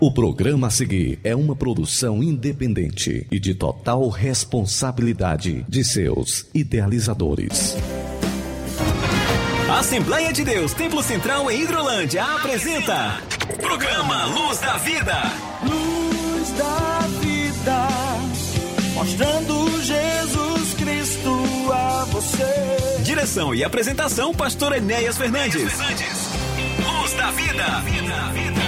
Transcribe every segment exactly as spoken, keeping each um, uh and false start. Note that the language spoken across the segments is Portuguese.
O programa a seguir é uma produção independente e de total responsabilidade de seus idealizadores. Assembleia de Deus, Templo Central em Hidrolândia apresenta Programa Luz da Vida. Luz da Vida, mostrando Jesus Cristo a você. Direção e apresentação, Pastor Enéas Fernandes. Luz da Vida. Vida, vida.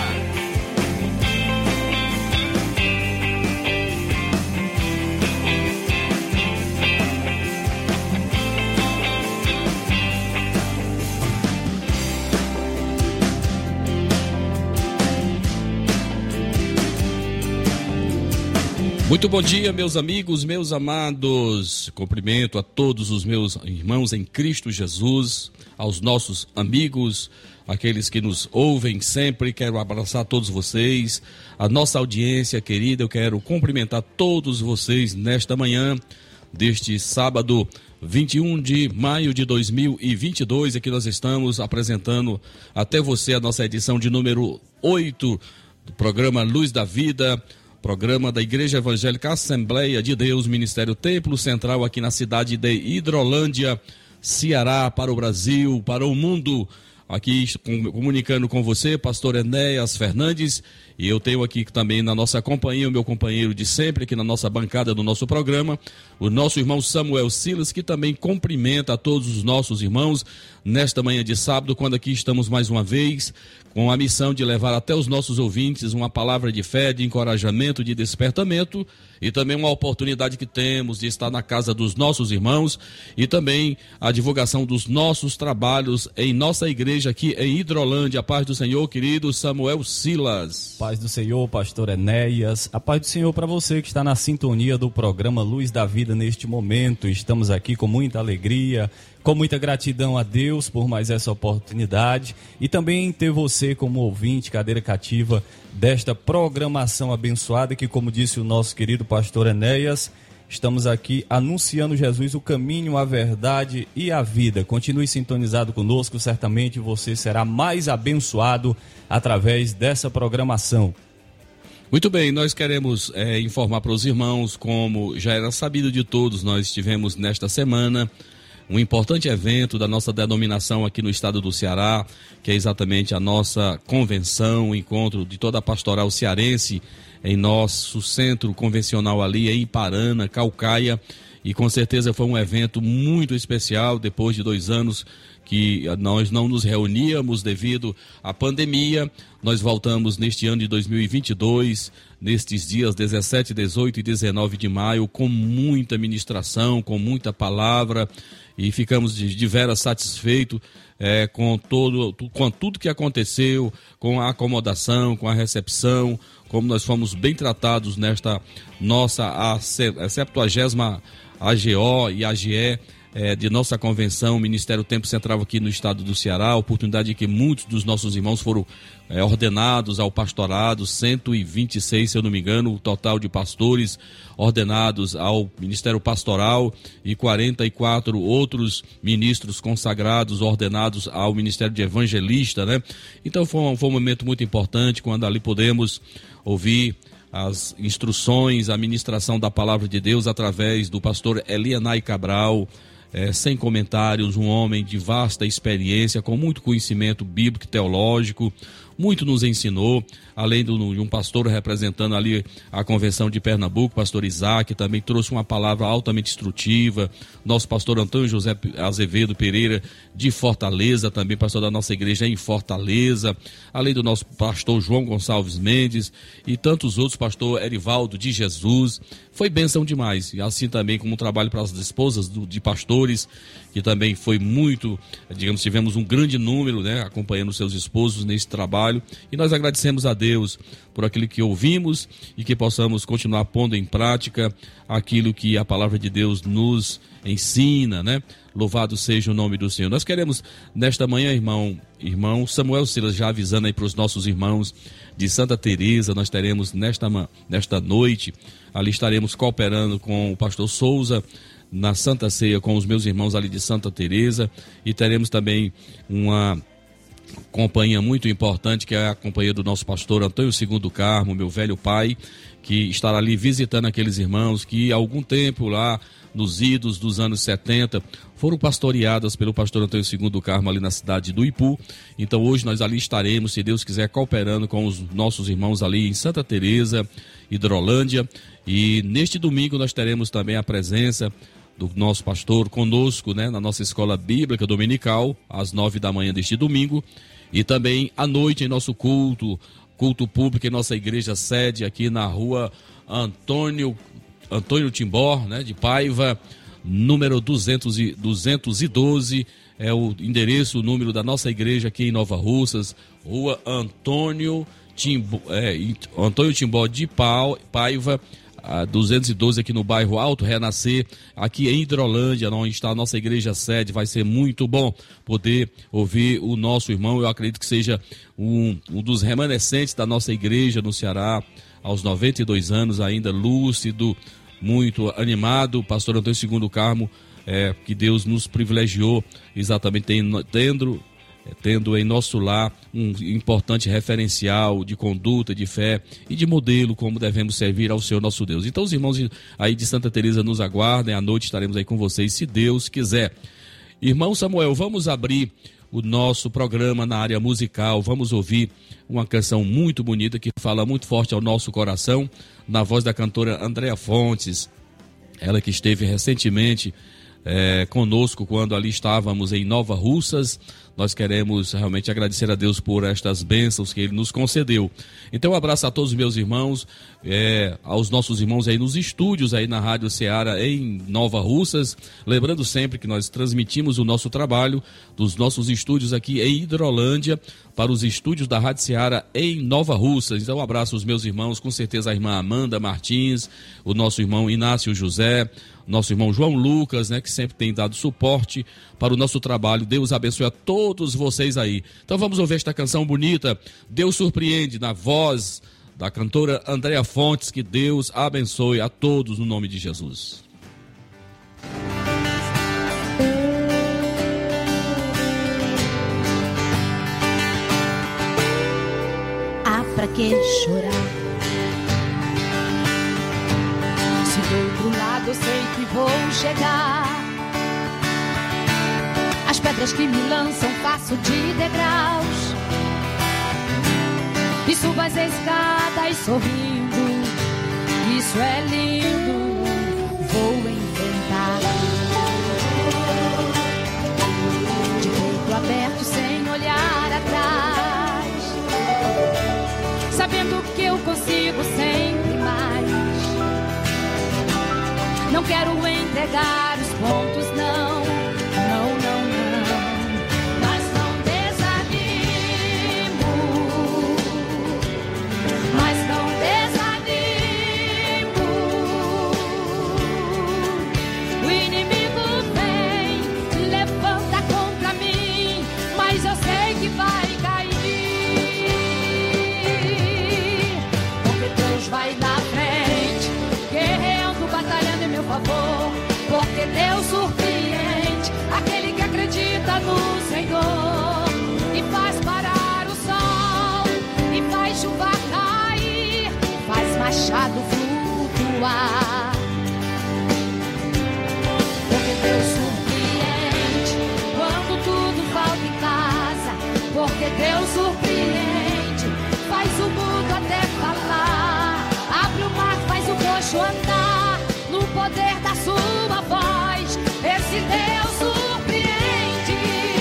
Muito bom dia, meus amigos, meus amados. Cumprimento a todos os meus irmãos em Cristo Jesus, aos nossos amigos, aqueles que nos ouvem sempre. Quero abraçar todos vocês, a nossa audiência querida. Eu quero cumprimentar todos vocês nesta manhã deste sábado vinte e um de maio de dois mil e vinte e dois. Aqui nós estamos apresentando até você a nossa edição de número oito do programa Luz da Vida, programa da Igreja Evangélica Assembleia de Deus, Ministério Templo Central, aqui na cidade de Hidrolândia, Ceará, para o Brasil, para o mundo. Aqui comunicando com você, Pastor Enéas Fernandes, e eu tenho aqui também na nossa companhia, o meu companheiro de sempre, aqui na nossa bancada do nosso programa, o nosso irmão Samuel Silas, que também cumprimenta a todos os nossos irmãos nesta manhã de sábado, quando aqui estamos mais uma vez com a missão de levar até os nossos ouvintes uma palavra de fé, de encorajamento, de despertamento, e também uma oportunidade que temos de estar na casa dos nossos irmãos e também a divulgação dos nossos trabalhos em nossa igreja aqui em Hidrolândia. A paz do Senhor, querido Samuel Silas. Paz do Senhor, Pastor Enéas. A paz do Senhor para você que está na sintonia do programa Luz da Vida neste momento. Estamos aqui com muita alegria, com muita gratidão a Deus por mais essa oportunidade e também ter você como ouvinte, cadeira cativa desta programação abençoada que, como disse o nosso querido Pastor Enéas, estamos aqui anunciando Jesus, o caminho, a verdade e a vida. Continue sintonizado conosco, certamente você será mais abençoado através dessa programação. Muito bem, nós queremos é, informar para os irmãos, como já era sabido de todos, nós tivemos nesta semana um importante evento da nossa denominação aqui no estado do Ceará, que é exatamente a nossa convenção, o encontro de toda a pastoral cearense em nosso centro convencional ali em Iparana, Caucaia, e com certeza foi um evento muito especial, depois de dois anos que nós não nos reuníamos devido à pandemia. Nós voltamos neste ano de dois mil e vinte e dois, nestes dias dezessete, dezoito e dezenove de maio, com muita ministração, com muita palavra, e ficamos de, de veras satisfeitos é, com, todo, com tudo que aconteceu, com a acomodação, com a recepção, como nós fomos bem tratados nesta nossa a septuagésima A G O e A G E é, de nossa convenção, Ministério Templo Central aqui no estado do Ceará, a oportunidade de que muitos dos nossos irmãos foram é, ordenados ao pastorado, cento e vinte e seis, se eu não me engano, o total de pastores ordenados ao Ministério Pastoral e quarenta e quatro outros ministros consagrados, ordenados ao Ministério de Evangelista, né? Então foi um, foi um momento muito importante, quando ali podemos ouvir as instruções, a ministração da palavra de Deus através do pastor Elianai Cabral, é, sem comentários, um homem de vasta experiência, com muito conhecimento bíblico e teológico, muito nos ensinou, além de um pastor representando ali a convenção de Pernambuco, pastor Isaac, também trouxe uma palavra altamente instrutiva. Nosso pastor Antônio José Azevedo Pereira, de Fortaleza, também pastor da nossa igreja em Fortaleza, além do nosso pastor João Gonçalves Mendes e tantos outros, pastor Erivaldo de Jesus. Foi bênção demais, e assim também como um trabalho para as esposas do, de pastores, que também foi muito, digamos, tivemos um grande número, né, acompanhando seus esposos nesse trabalho, e nós agradecemos a Deus por aquilo que ouvimos e que possamos continuar pondo em prática aquilo que a palavra de Deus nos ensina, né? Louvado seja o nome do Senhor. Nós queremos, nesta manhã, irmão, irmão Samuel Silas, já avisando aí para os nossos irmãos de Santa Teresa, nós teremos nesta, nesta noite, ali estaremos cooperando com o pastor Souza, na Santa Ceia com os meus irmãos ali de Santa Teresa, e teremos também uma companhia muito importante, que é a companhia do nosso pastor Antônio Segundo Carmo, meu velho pai, que estará ali visitando aqueles irmãos que há algum tempo lá, nos idos dos anos setenta, foram pastoreadas pelo pastor Antônio Segundo Carmo ali na cidade do Ipu. Então hoje nós ali estaremos, se Deus quiser, cooperando com os nossos irmãos ali em Santa Teresa, Hidrolândia. E neste domingo nós teremos também a presença do nosso pastor conosco, né, na nossa escola bíblica dominical, às nove da manhã deste domingo. E também à noite em nosso culto, culto público em nossa igreja sede aqui na rua Antônio, Antônio Timbó, né, de Paiva, número duzentos e doze, é o endereço, o número da nossa igreja aqui em Nova Russas, rua Antônio Timbó, é, Antônio Timbó de Paiva, a duzentos e doze aqui no bairro Alto Renascer, aqui em Hidrolândia, onde está a nossa igreja sede. Vai ser muito bom poder ouvir o nosso irmão. Eu acredito que seja um, um dos remanescentes da nossa igreja no Ceará, aos noventa e dois anos, ainda lúcido, muito animado, o pastor Antônio Segundo Carmo, é, que Deus nos privilegiou exatamente tendo, tendo em nosso lar um importante referencial de conduta, de fé e de modelo como devemos servir ao Senhor nosso Deus. Então os irmãos aí de Santa Teresa nos aguardem, à noite estaremos aí com vocês, se Deus quiser. Irmão Samuel, vamos abrir o nosso programa na área musical, vamos ouvir uma canção muito bonita que fala muito forte ao nosso coração, na voz da cantora Andréa Fontes, ela que esteve recentemente é, conosco quando ali estávamos em Nova Russas. Nós queremos realmente agradecer a Deus por estas bênçãos que Ele nos concedeu. Então um abraço a todos os meus irmãos, é, aos nossos irmãos aí nos estúdios aí na Rádio Ceará em Nova Russas, lembrando sempre que nós transmitimos o nosso trabalho dos nossos estúdios aqui em Hidrolândia para os estúdios da Rádio Ceará em Nova Russas. Então um abraço aos meus irmãos, com certeza a irmã Amanda Martins, o nosso irmão Inácio José, nosso irmão João Lucas, né, que sempre tem dado suporte para o nosso trabalho. Deus abençoe a todos vocês aí. Então vamos ouvir esta canção bonita, Deus Surpreende, na voz da cantora Andréa Fontes. Que Deus abençoe a todos no nome de Jesus. Ah, pra que chorar? Se do outro lado eu sei que vou chegar, as pedras que me lançam faço de degraus, e subo as escadas sorrindo. Isso é lindo, vou enfrentar, de peito aberto sem olhar atrás, sabendo que eu consigo sempre mais. Não quero entregar os pontos, não, não, não, não. Mas não desanimo, mas não desanimo. O inimigo vem, levanta contra mim, mas eu sei que vai cair, porque Deus vai na frente, guerreando, batalhando em meu favor, porque Deus surpreende aquele que acredita no Senhor, e faz parar o sol, e faz chuva cair, faz machado flutuar, porque Deus surpreende quando tudo falta em casa, porque Deus surpreende, faz o mundo até falar, abre o mar, faz o coxo andar, no poder da sua voz, esse Deus surpreende.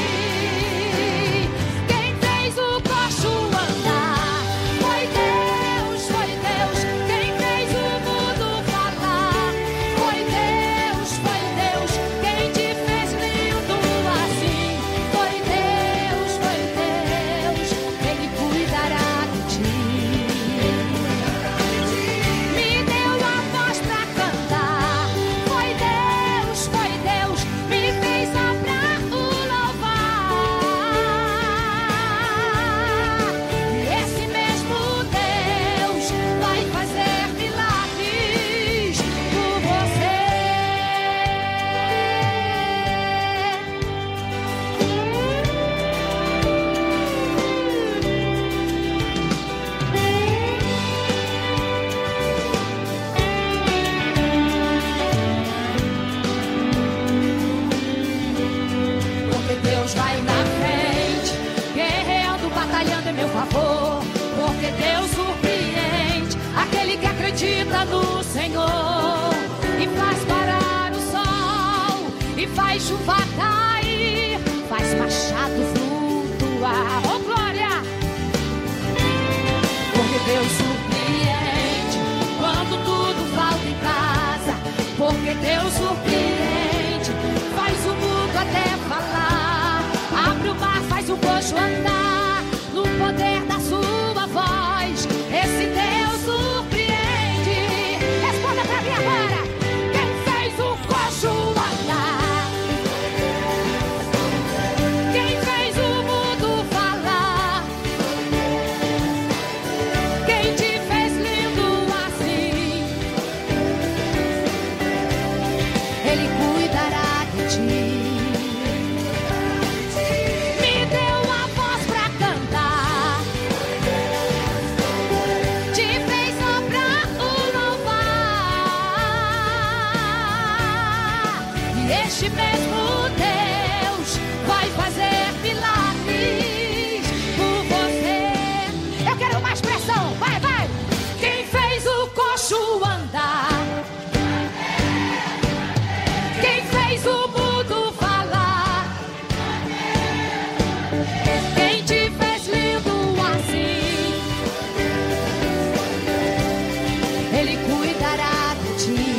Quem fez o coxo andar foi Deus, foi Deus. Quem fez o mundo falar Senhor, e faz parar o sol, e faz chuva cair, faz machado flutuar. Oh, glória! Porque Deus surpreende quando tudo falta em casa. Porque Deus surpreende, faz o mundo até falar. Abre o mar, faz o coxo andar, no poder da sua voz. Esse Deus surpreende. Responda pra mim agora. Quem fez o coxo andar? Quem fez o mundo falar? Quem te fez lindo assim? Ele cuidará de ti. Me deu a voz pra cantar, te fez só pra o louvar. E este mesmo Deus vai fazer milagres por você. Eu quero mais pressão, vai, vai! Quem fez o coxo andar? Quem fez o mundo falar? Quem te fez lindo assim? Ele cuidará de ti.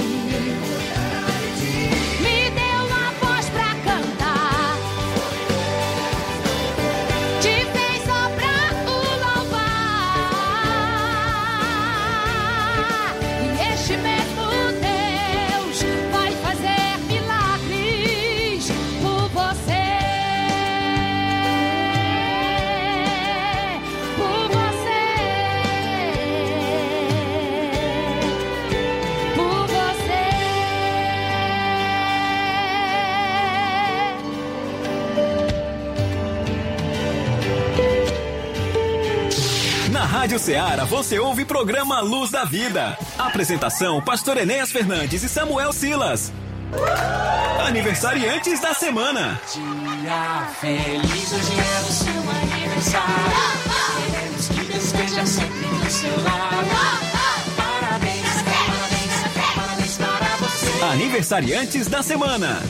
Me deu a voz pra cantar, te fez só pra o louvar. E este mesmo Deus vai fazer milagres por você. Por você. Por você. Na Rádio Ceará você ouve programa Luz da Vida. Apresentação: Pastor Enéas Fernandes e Samuel Silas. Aniversariantes da semana. Dia feliz, hoje é o seu aniversário. Queremos que Deus esteja sempre do seu lado. Parabéns, parabéns, parabéns para você. Aniversariantes da semana.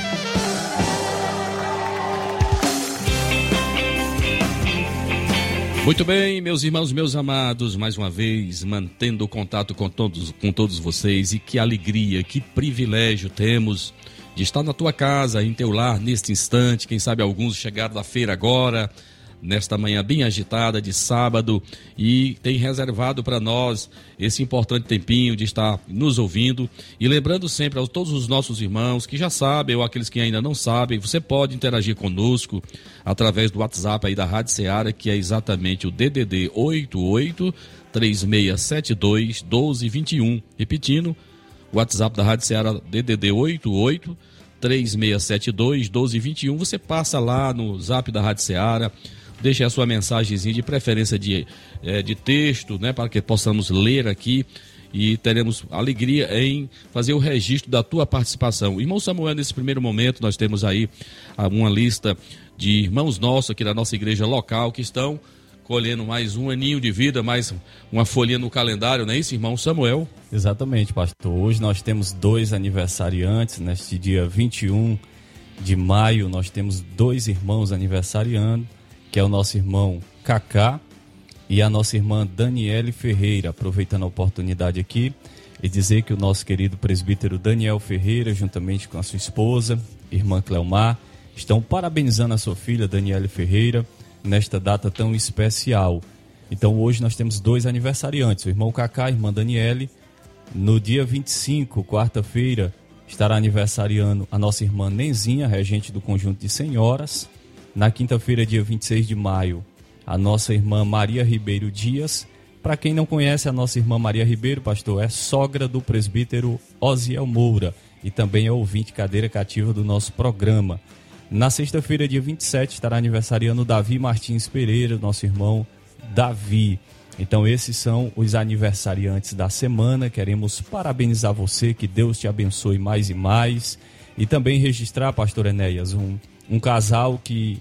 Muito bem, meus irmãos, meus amados, mais uma vez, mantendo o contato com todos, com todos vocês, e que alegria, que privilégio temos de estar na tua casa, em teu lar, neste instante. Quem sabe alguns chegaram da feira agora, nesta manhã bem agitada de sábado, e tem reservado para nós esse importante tempinho de estar nos ouvindo. E lembrando sempre a todos os nossos irmãos que já sabem, ou aqueles que ainda não sabem, você pode interagir conosco através do WhatsApp aí da Rádio Ceará, que é exatamente o D D D oito oito, três seis sete dois, um dois dois um. Repetindo, o WhatsApp da Rádio Ceará, D D D oito oito, três seis sete dois, um dois dois um. Você passa lá no Zap da Rádio Ceará, deixe a sua mensagenzinha, de preferência de, é, de texto, né, para que possamos ler aqui, e teremos alegria em fazer o registro da tua participação. Irmão Samuel, nesse primeiro momento nós temos aí uma lista de irmãos nossos aqui da nossa igreja local que estão colhendo mais um aninho de vida, mais uma folhinha no calendário, não é isso, irmão Samuel? Exatamente, pastor. Hoje nós temos dois aniversariantes. Neste dia vinte e um de maio nós temos dois irmãos aniversariando, que é o nosso irmão Cacá e a nossa irmã Daniele Ferreira. Aproveitando a oportunidade aqui e dizer que o nosso querido presbítero Daniel Ferreira, juntamente com a sua esposa, irmã Cleomar, estão parabenizando a sua filha Daniele Ferreira nesta data tão especial. Então hoje nós temos dois aniversariantes, o irmão Cacá e a irmã Daniele. No dia vinte e cinco, quarta-feira, estará aniversariando a nossa irmã Nenzinha, regente do conjunto de senhoras. Na quinta-feira, dia vinte e seis de maio, a nossa irmã Maria Ribeiro Dias. Para quem não conhece, a nossa irmã Maria Ribeiro, pastor, é sogra do presbítero Osiel Moura e também é ouvinte cadeira cativa do nosso programa. Na sexta-feira, dia vinte e sete, estará aniversariando Davi Martins Pereira, nosso irmão Davi. Então esses são os aniversariantes da semana. Queremos parabenizar você, que Deus te abençoe mais e mais. E também registrar, pastor Enéas, um, um casal que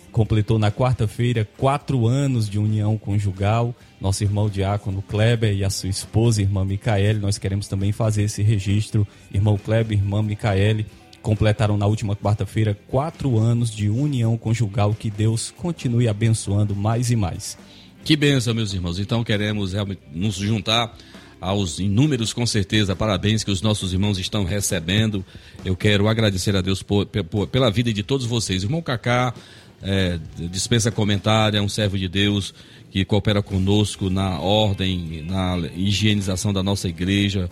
completou na quarta-feira quatro anos de união conjugal. Nosso irmão diácono Kleber e a sua esposa, irmã Micaele, nós queremos também fazer esse registro. Irmão Kleber, irmã Micaele, completaram na última quarta-feira quatro anos de união conjugal. Que Deus continue abençoando mais e mais. Que bênção, meus irmãos. Então queremos realmente nos juntar aos inúmeros, com certeza, parabéns que os nossos irmãos estão recebendo. Eu quero agradecer a Deus por, por, pela vida de todos vocês. Irmão Cacá, é, dispensa comentário, é um servo de Deus que coopera conosco na ordem, na higienização da nossa igreja.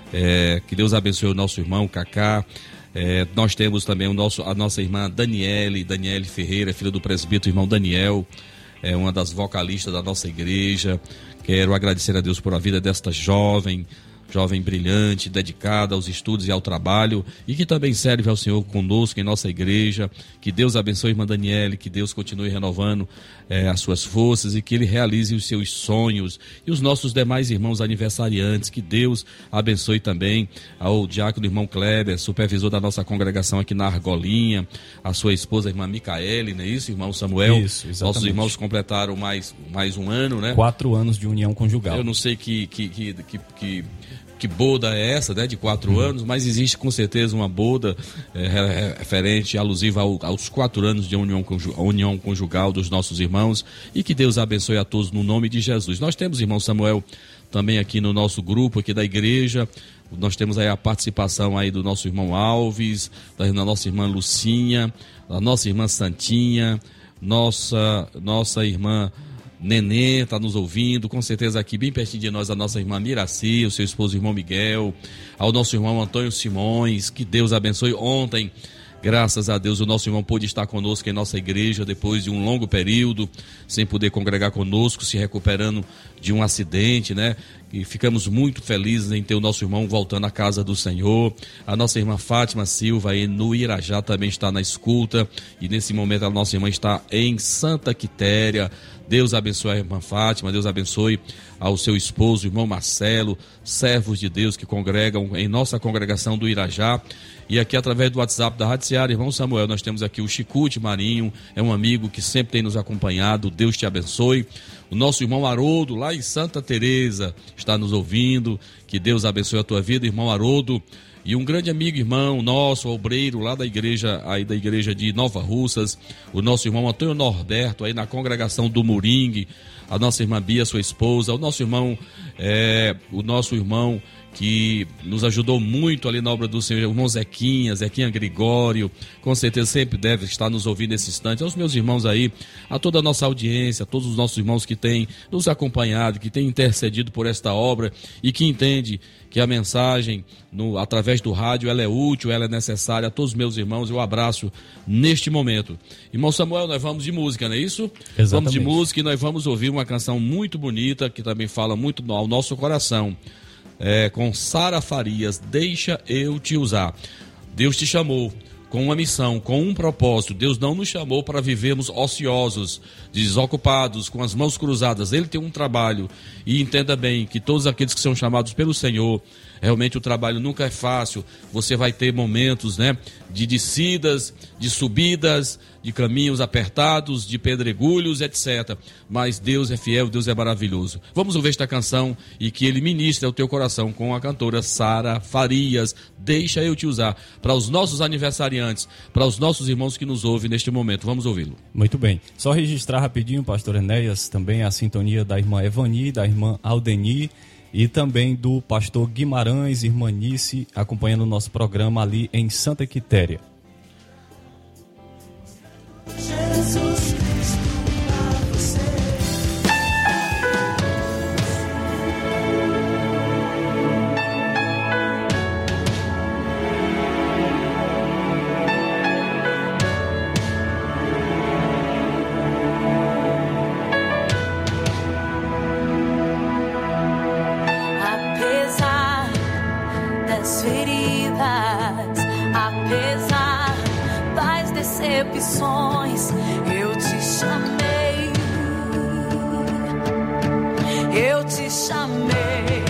É, que Deus abençoe o nosso irmão Cacá. É, nós temos também o nosso, a nossa irmã Daniele, Daniele Ferreira, filha do presbítero irmão Daniel, é uma das vocalistas da nossa igreja. Quero agradecer a Deus por a vida desta jovem, jovem brilhante, dedicada aos estudos e ao trabalho, e que também serve ao Senhor conosco em nossa igreja. Que Deus abençoe a irmã Daniele, que Deus continue renovando é, as suas forças e que Ele realize os seus sonhos. E os nossos demais irmãos aniversariantes, que Deus abençoe também ao diácono irmão Kleber, supervisor da nossa congregação aqui na Argolinha, a sua esposa, a irmã Micaele, não é isso, irmão Samuel? Isso, exatamente. Nossos irmãos completaram mais, mais um ano, né? Quatro anos de união conjugal. Eu não sei que... que, que, que, que que boda é essa, né, de quatro uhum. anos, mas existe com certeza uma boda é, referente, alusiva ao, aos quatro anos de união, união conjugal dos nossos irmãos, e que Deus abençoe a todos no nome de Jesus. Nós temos, irmão Samuel, também aqui no nosso grupo aqui da igreja, nós temos aí a participação aí do nosso irmão Alves, da nossa irmã Lucinha, da nossa irmã Santinha, nossa, nossa irmã Nenê está nos ouvindo, com certeza aqui bem pertinho de nós, a nossa irmã Miraci, o seu esposo, o irmão Miguel, ao nosso irmão Antônio Simões, que Deus abençoe. Ontem, graças a Deus, o nosso irmão pôde estar conosco em nossa igreja, depois de um longo período, sem poder congregar conosco, se recuperando de um acidente, né? E ficamos muito felizes em ter o nosso irmão voltando à casa do Senhor. A nossa irmã Fátima Silva aí no Irajá também está na escuta, e nesse momento a nossa irmã está em Santa Quitéria. Deus abençoe a irmã Fátima, Deus abençoe ao seu esposo, o irmão Marcelo, servos de Deus que congregam em nossa congregação do Irajá. E aqui através do WhatsApp da Rádio Seara, irmão Samuel, nós temos aqui o Chicute Marinho, é um amigo que sempre tem nos acompanhado, Deus te abençoe. O nosso irmão Haroldo, lá em Santa Teresa, está nos ouvindo, que Deus abençoe a tua vida, irmão Haroldo. E um grande amigo, irmão nosso, obreiro lá da igreja, aí da igreja de Nova Russas, o nosso irmão Antônio Norberto, aí na congregação do Moringue, a nossa irmã Bia, sua esposa, o nosso irmão, é, o nosso irmão que nos ajudou muito ali na obra do Senhor, o irmão Zequinha, Zequinha Gregório, com certeza sempre deve estar nos ouvindo nesse instante, aos meus irmãos aí, a toda a nossa audiência, a todos os nossos irmãos que têm nos acompanhado, que têm intercedido por esta obra e que entende que a mensagem no, através do rádio, ela é útil, ela é necessária. A todos os meus irmãos, eu abraço neste momento. Irmão Samuel, nós vamos de música, não é isso? Exatamente. Vamos de música e nós vamos ouvir uma canção muito bonita, que também fala muito ao nosso coração. É, com Sara Farias, Deixa Eu Te Usar. Deus te chamou com uma missão, com um propósito. Deus não nos chamou para vivermos ociosos, desocupados, com as mãos cruzadas. Ele tem um trabalho, e entenda bem que todos aqueles que são chamados pelo Senhor, realmente o trabalho nunca é fácil. Você vai ter momentos, né, de descidas, de subidas, de caminhos apertados, de pedregulhos, etcétera. Mas Deus é fiel, Deus é maravilhoso. Vamos ouvir esta canção e que Ele ministre ao teu coração com a cantora Sara Farias, Deixa Eu Te Usar, para os nossos aniversariantes, para os nossos irmãos que nos ouvem neste momento. Vamos ouvi-lo. Muito bem. Só registrar rapidinho, pastor Enéas, também a sintonia da irmã Evani, da irmã Aldeni, e também do pastor Guimarães, irmã Nice, acompanhando o nosso programa ali em Santa Quitéria. Jesus Cristo pra você. Apesar das feridas, apesar das decepções, eu te chamei, eu te chamei.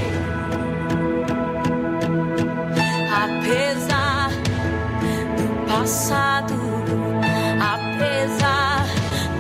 Apesar do passado, apesar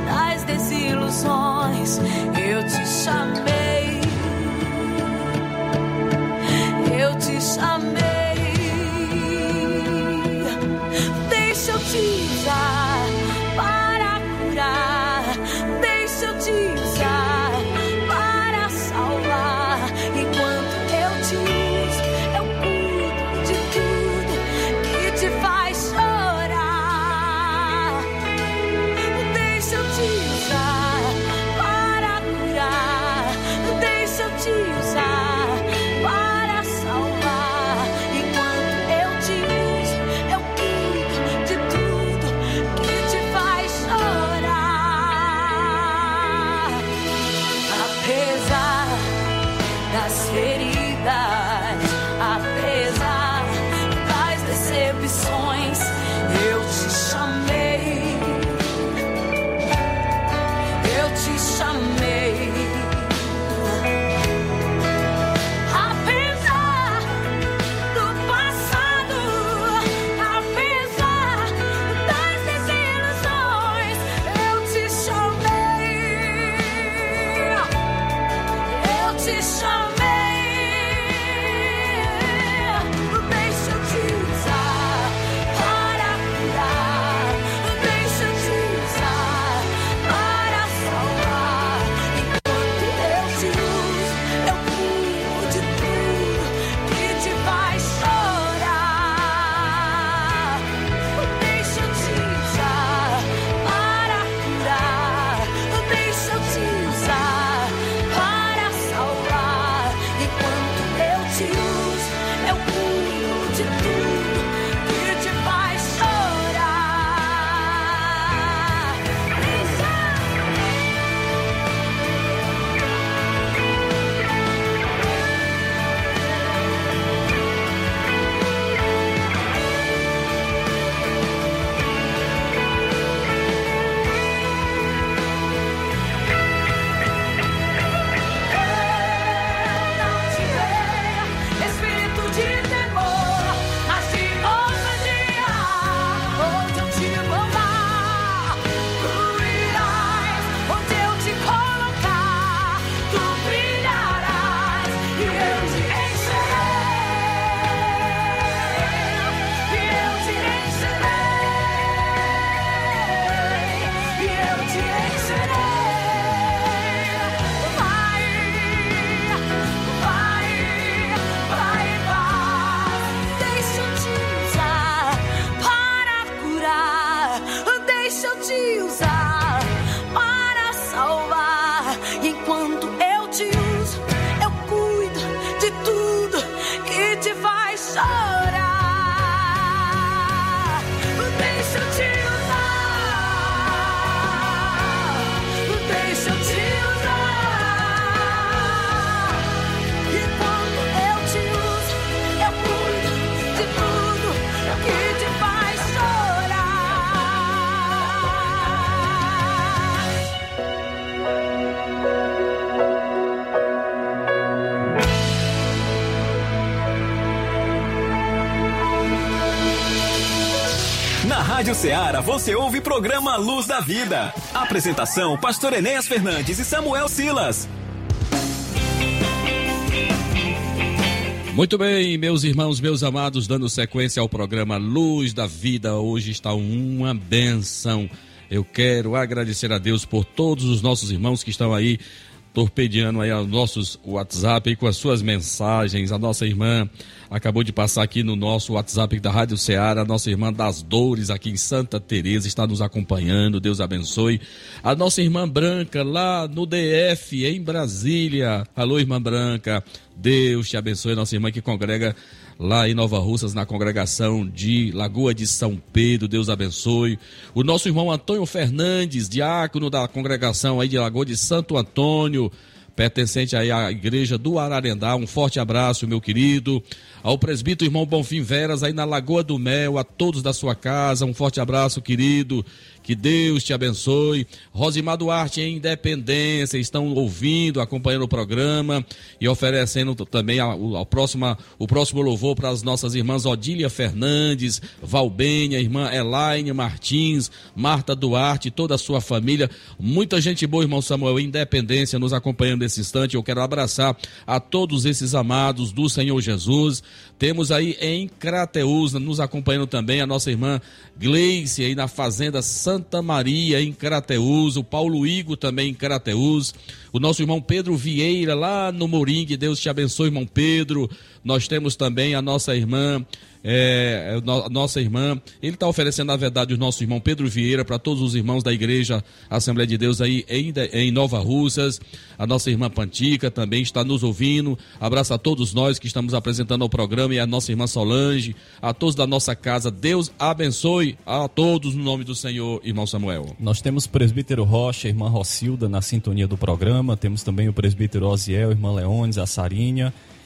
feridas, apesar das decepções, eu te chamei, eu te chamei. Apesar do passado, apesar das desilusões, eu te chamei, eu te chamei. Deixa eu te usar para curar, deixa eu te usar para salvar. Enquanto eu te uso, eu cuido de tudo que te faz chorar. Deixa eu te usar para curar, deixa eu te usar para salvar. Enquanto eu te uso, eu cuido de tudo que te faz chorar. Espírito de temor, mas de ousadia, onde eu te levar, tu irás, onde eu te colocar, tu brilharás e eu te encherei, e eu te encherei, e eu te encherei. Vai, vai, vai, vai, deixa eu te usar para curar, deixa eu te usar para salvar. Enquanto eu te uso, eu cuido de tudo que te faz chorar. Deixa eu te usar, deixa eu te usar. Enquanto eu te uso, eu cuido de tudo que te faz chorar. Na Rádio Ceará você ouve o programa Luz da Vida. Apresentação: Pastor Enéas Fernandes e Samuel Silas. Muito bem, meus irmãos, meus amados, dando sequência ao programa Luz da Vida. Hoje está uma benção. Eu quero agradecer a Deus por todos os nossos irmãos que estão aí torpedeando aí os nossos WhatsApp aí com as suas mensagens. A nossa irmã acabou de passar aqui no nosso WhatsApp da Rádio Ceará, a nossa irmã das Dores aqui em Santa Teresa está nos acompanhando, Deus abençoe. A nossa irmã Branca lá no D F, em Brasília. Alô, irmã Branca, Deus te abençoe. Nossa irmã que congrega lá em Nova Russas, na congregação de Lagoa de São Pedro, Deus abençoe. O nosso irmão Antônio Fernandes, diácono da congregação aí de Lagoa de Santo Antônio, pertencente aí à igreja do Ararendá, um forte abraço, meu querido. Ao presbítero irmão Bonfim Veras, aí na Lagoa do Mel, a todos da sua casa, um forte abraço, querido. Que Deus te abençoe. Rosimar Duarte em Independência, estão ouvindo, acompanhando o programa e oferecendo também a, a próxima, o próximo louvor para as nossas irmãs Odília Fernandes, Valbenha, irmã Elaine Martins, Marta Duarte, toda a sua família. Muita gente boa, irmão Samuel, em Independência, nos acompanhando nesse instante. Eu quero abraçar a todos esses amados do Senhor Jesus. Temos aí em Crateús, nos acompanhando também a nossa irmã Gleice, aí na Fazenda Santa Maria, em Crateús, o Paulo Igo também em Crateús, o nosso irmão Pedro Vieira, lá no Moringue. Deus te abençoe, irmão Pedro. Nós temos também a nossa irmã, é, a nossa irmã, ele está oferecendo, na verdade, o nosso irmão Pedro Vieira para todos os irmãos da Igreja Assembleia de Deus aí em, em Nova Russas. A nossa irmã Pantica também está nos ouvindo. Abraço a todos nós que estamos apresentando o programa e a nossa irmã Solange, a todos da nossa casa. Deus abençoe a todos no nome do Senhor, irmão Samuel. Nós temos o presbítero Rocha, irmã Rocilda na sintonia do programa. Temos também o presbítero Osiel, irmã Leones, a Sarinha.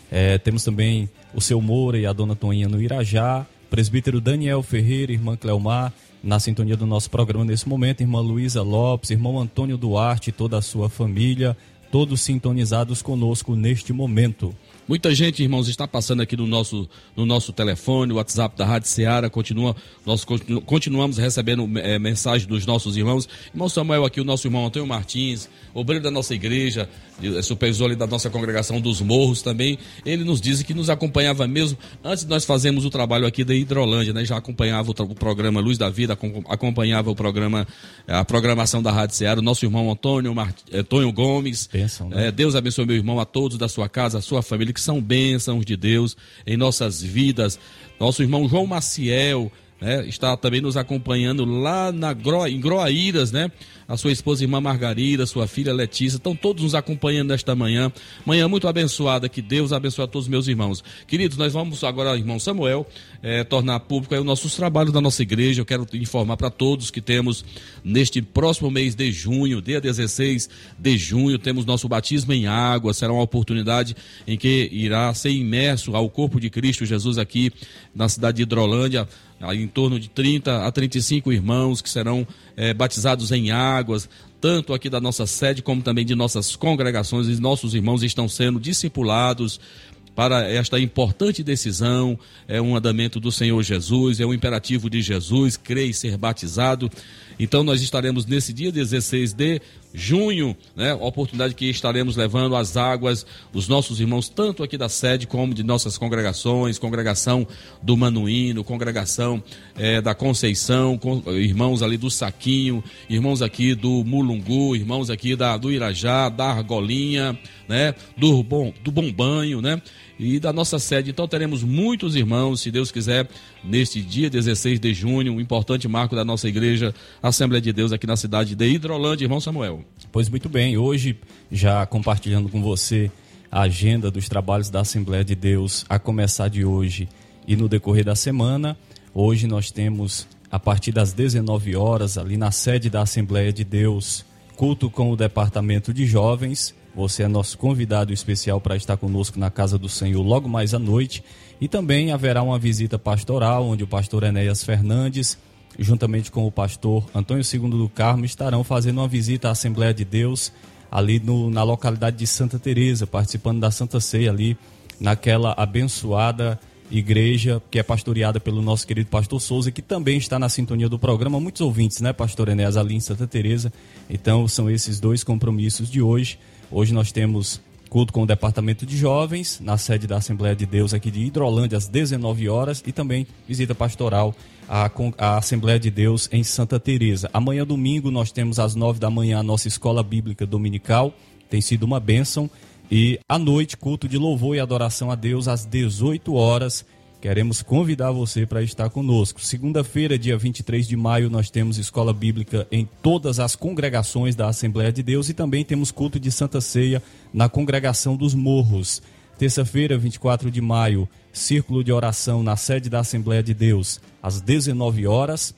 É, temos também o seu Moura e a dona Toinha no Irajá, presbítero Daniel Ferreira, irmã Cleomar, na sintonia do nosso programa nesse momento, irmã Luísa Lopes, irmão Antônio Duarte e toda a sua família, todos sintonizados conosco neste momento. Muita gente, irmãos, está passando aqui no nosso, no nosso telefone, o WhatsApp da Rádio Ceará, continua, nós continu, continuamos recebendo é, mensagens dos nossos irmãos. Irmão Samuel aqui, o nosso irmão Antônio Martins, obreiro da nossa igreja, supervisor ali da nossa congregação dos Morros também, ele nos diz que nos acompanhava mesmo, antes de nós fazermos o trabalho aqui da Hidrolândia, né? Já acompanhava o, o programa Luz da Vida, acompanhava o programa, a programação da Rádio Ceará, o nosso irmão Antônio, Mart... Antônio Gomes. Bênção, né? é, Deus abençoe meu irmão, a todos da sua casa, a sua família, que são bênçãos de Deus em nossas vidas. Nosso irmão João Maciel, né, está também nos acompanhando lá na Gro... em Groaíras, né? A sua esposa, irmã Margarida, sua filha Letícia, estão todos nos acompanhando nesta manhã. Manhã muito abençoada, que Deus abençoe a todos os meus irmãos. Queridos, nós vamos agora, irmão Samuel, é, tornar público aí os nossos trabalhos da nossa igreja. Eu quero informar para todos que temos neste próximo mês de junho, dia dezesseis de junho, temos nosso batismo em água. Será uma oportunidade em que irá ser imerso ao corpo de Cristo Jesus aqui na cidade de Hidrolândia, em torno de trinta a trinta e cinco irmãos que serão é, batizados em águas, tanto aqui da nossa sede como também de nossas congregações. E nossos irmãos estão sendo discipulados para esta importante decisão. É um andamento do Senhor Jesus, é um imperativo de Jesus, crer e ser batizado. Então nós estaremos nesse dia dezesseis de junho, né, a oportunidade que estaremos levando às águas os nossos irmãos, tanto aqui da sede como de nossas congregações, congregação do Manuíno, congregação é, da Conceição, com, irmãos ali do Saquinho, irmãos aqui do Mulungu, irmãos aqui da, do Irajá, da Argolinha, né, do Bom, do Bom Banho, né, e da nossa sede. Então teremos muitos irmãos, se Deus quiser, neste dia dezesseis de junho, um importante marco da nossa igreja, Assembleia de Deus aqui na cidade de Hidrolândia. Irmão Samuel. Pois muito bem, hoje já compartilhando com você a agenda dos trabalhos da Assembleia de Deus a começar de hoje e no decorrer da semana. Hoje nós temos, a partir das dezenove horas, ali na sede da Assembleia de Deus, culto com o Departamento de Jovens. Você é nosso convidado especial para estar conosco na Casa do Senhor logo mais à noite. E também haverá uma visita pastoral, onde o pastor Enéas Fernandes, juntamente com o pastor Antônio Segundo do Carmo, estarão fazendo uma visita à Assembleia de Deus, ali no, na localidade de Santa Teresa, participando da Santa Ceia ali, naquela abençoada igreja que é pastoreada pelo nosso querido pastor Souza, que também está na sintonia do programa. Muitos ouvintes, né, pastor Enéas, ali em Santa Teresa. Então são esses dois compromissos de hoje. Hoje nós temos culto com o Departamento de Jovens, na sede da Assembleia de Deus aqui de Hidrolândia, às dezenove horas, e também visita pastoral à, à Assembleia de Deus em Santa Teresa. Amanhã, domingo, nós temos às nove da manhã a nossa Escola Bíblica Dominical, tem sido uma bênção, e à noite, culto de louvor e adoração a Deus às dezoito horas. Queremos convidar você para estar conosco. Segunda-feira, dia vinte e três de maio, nós temos Escola Bíblica em todas as congregações da Assembleia de Deus e também temos culto de Santa Ceia na congregação dos Morros. Terça-feira, vinte e quatro de maio, círculo de oração na sede da Assembleia de Deus às dezenove horas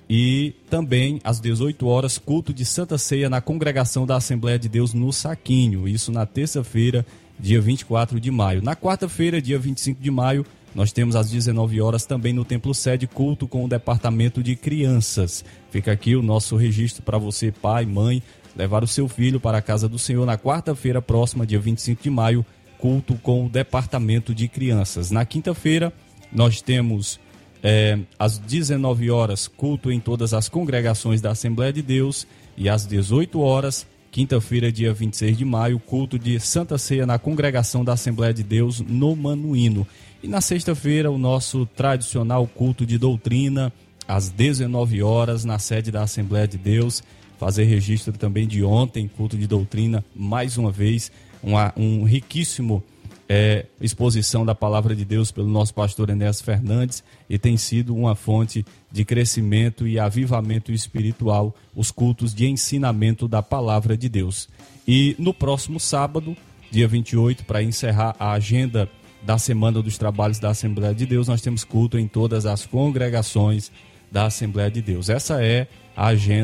e também às dezoito horas, culto de Santa Ceia na congregação da Assembleia de Deus no Saquinho. Isso na terça-feira, dia vinte e quatro de maio. Na quarta-feira, dia vinte e cinco de maio, nós temos às dezenove horas também no Templo Sede culto com o Departamento de Crianças. Fica aqui o nosso registro para você, pai, mãe, levar o seu filho para a casa do Senhor na quarta-feira próxima, dia vinte e cinco de maio, culto com o Departamento de Crianças. Na quinta-feira, nós temos é, às dezenove horas, culto em todas as congregações da Assembleia de Deus e às dezoito horas, quinta-feira, dia vinte e seis de maio, culto de Santa Ceia na congregação da Assembleia de Deus no Manuíno. E na sexta-feira, o nosso tradicional culto de doutrina, às dezenove horas, na sede da Assembleia de Deus. Fazer registro também de ontem, culto de doutrina, mais uma vez, uma, um riquíssimo é, exposição da palavra de Deus pelo nosso pastor Enéas Fernandes, e tem sido uma fonte de crescimento e avivamento espiritual, os cultos de ensinamento da palavra de Deus. E no próximo sábado, dia vinte e oito, para encerrar a agenda da Semana dos Trabalhos da Assembleia de Deus, nós temos culto em todas as congregações da Assembleia de Deus. Essa é a agenda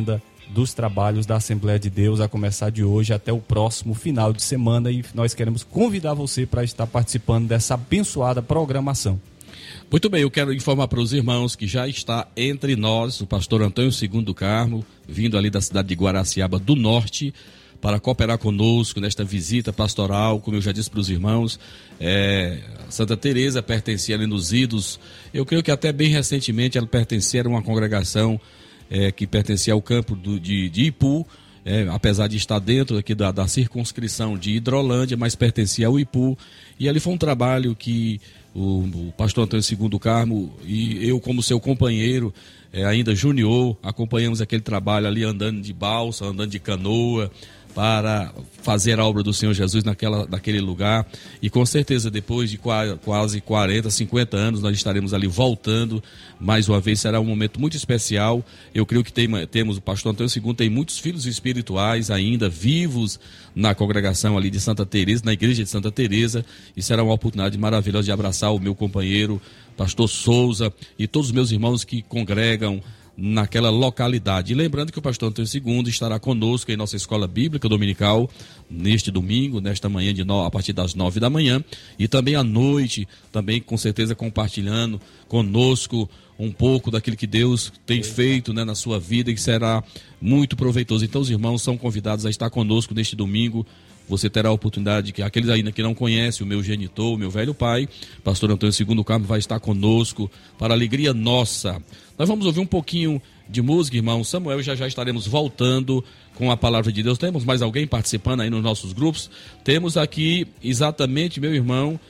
dos trabalhos da Assembleia de Deus, a começar de hoje até o próximo final de semana, e nós queremos convidar você para estar participando dessa abençoada programação. Muito bem, eu quero informar para os irmãos que já está entre nós o pastor Antônio Segundo do Carmo, vindo ali da cidade de Guaraciaba do Norte, para cooperar conosco nesta visita pastoral. Como eu já disse para os irmãos, é, Santa Teresa pertencia ali nos idos, eu creio que até bem recentemente ela pertencia a uma congregação É, que pertencia ao campo do, de, de Ipu, é, apesar de estar dentro aqui da, da circunscrição de Hidrolândia, mas pertencia ao Ipu. E ali foi um trabalho que o, o pastor Antônio Segundo do Carmo e eu, como seu companheiro, é, ainda junior, acompanhamos aquele trabalho ali andando de balsa, andando de canoa, para fazer a obra do Senhor Jesus naquela, naquele lugar. E com certeza depois de quase quarenta, cinquenta anos nós estaremos ali voltando mais uma vez. Será um momento muito especial. Eu creio que tem, temos o pastor Antônio Segundo, tem muitos filhos espirituais ainda vivos na congregação ali de Santa Teresa, na igreja de Santa Teresa, e será uma oportunidade maravilhosa de abraçar o meu companheiro pastor Souza e todos os meus irmãos que congregam naquela localidade. E lembrando que o pastor Antônio Segundo estará conosco em nossa escola bíblica dominical neste domingo, nesta manhã, de no... a partir das nove da manhã, e também à noite, também com certeza compartilhando conosco um pouco daquilo que Deus tem feito, né, na sua vida, e que será muito proveitoso. Então os irmãos são convidados a estar conosco neste domingo. Você terá a oportunidade, que aqueles ainda que não conhecem, o meu genitor, o meu velho pai, pastor Antônio Segundo do Carmo, vai estar conosco para a alegria nossa. Nós vamos ouvir um pouquinho de música, irmão Samuel, já já estaremos voltando com a palavra de Deus. Temos mais alguém participando aí nos nossos grupos? Temos aqui exatamente, meu irmão,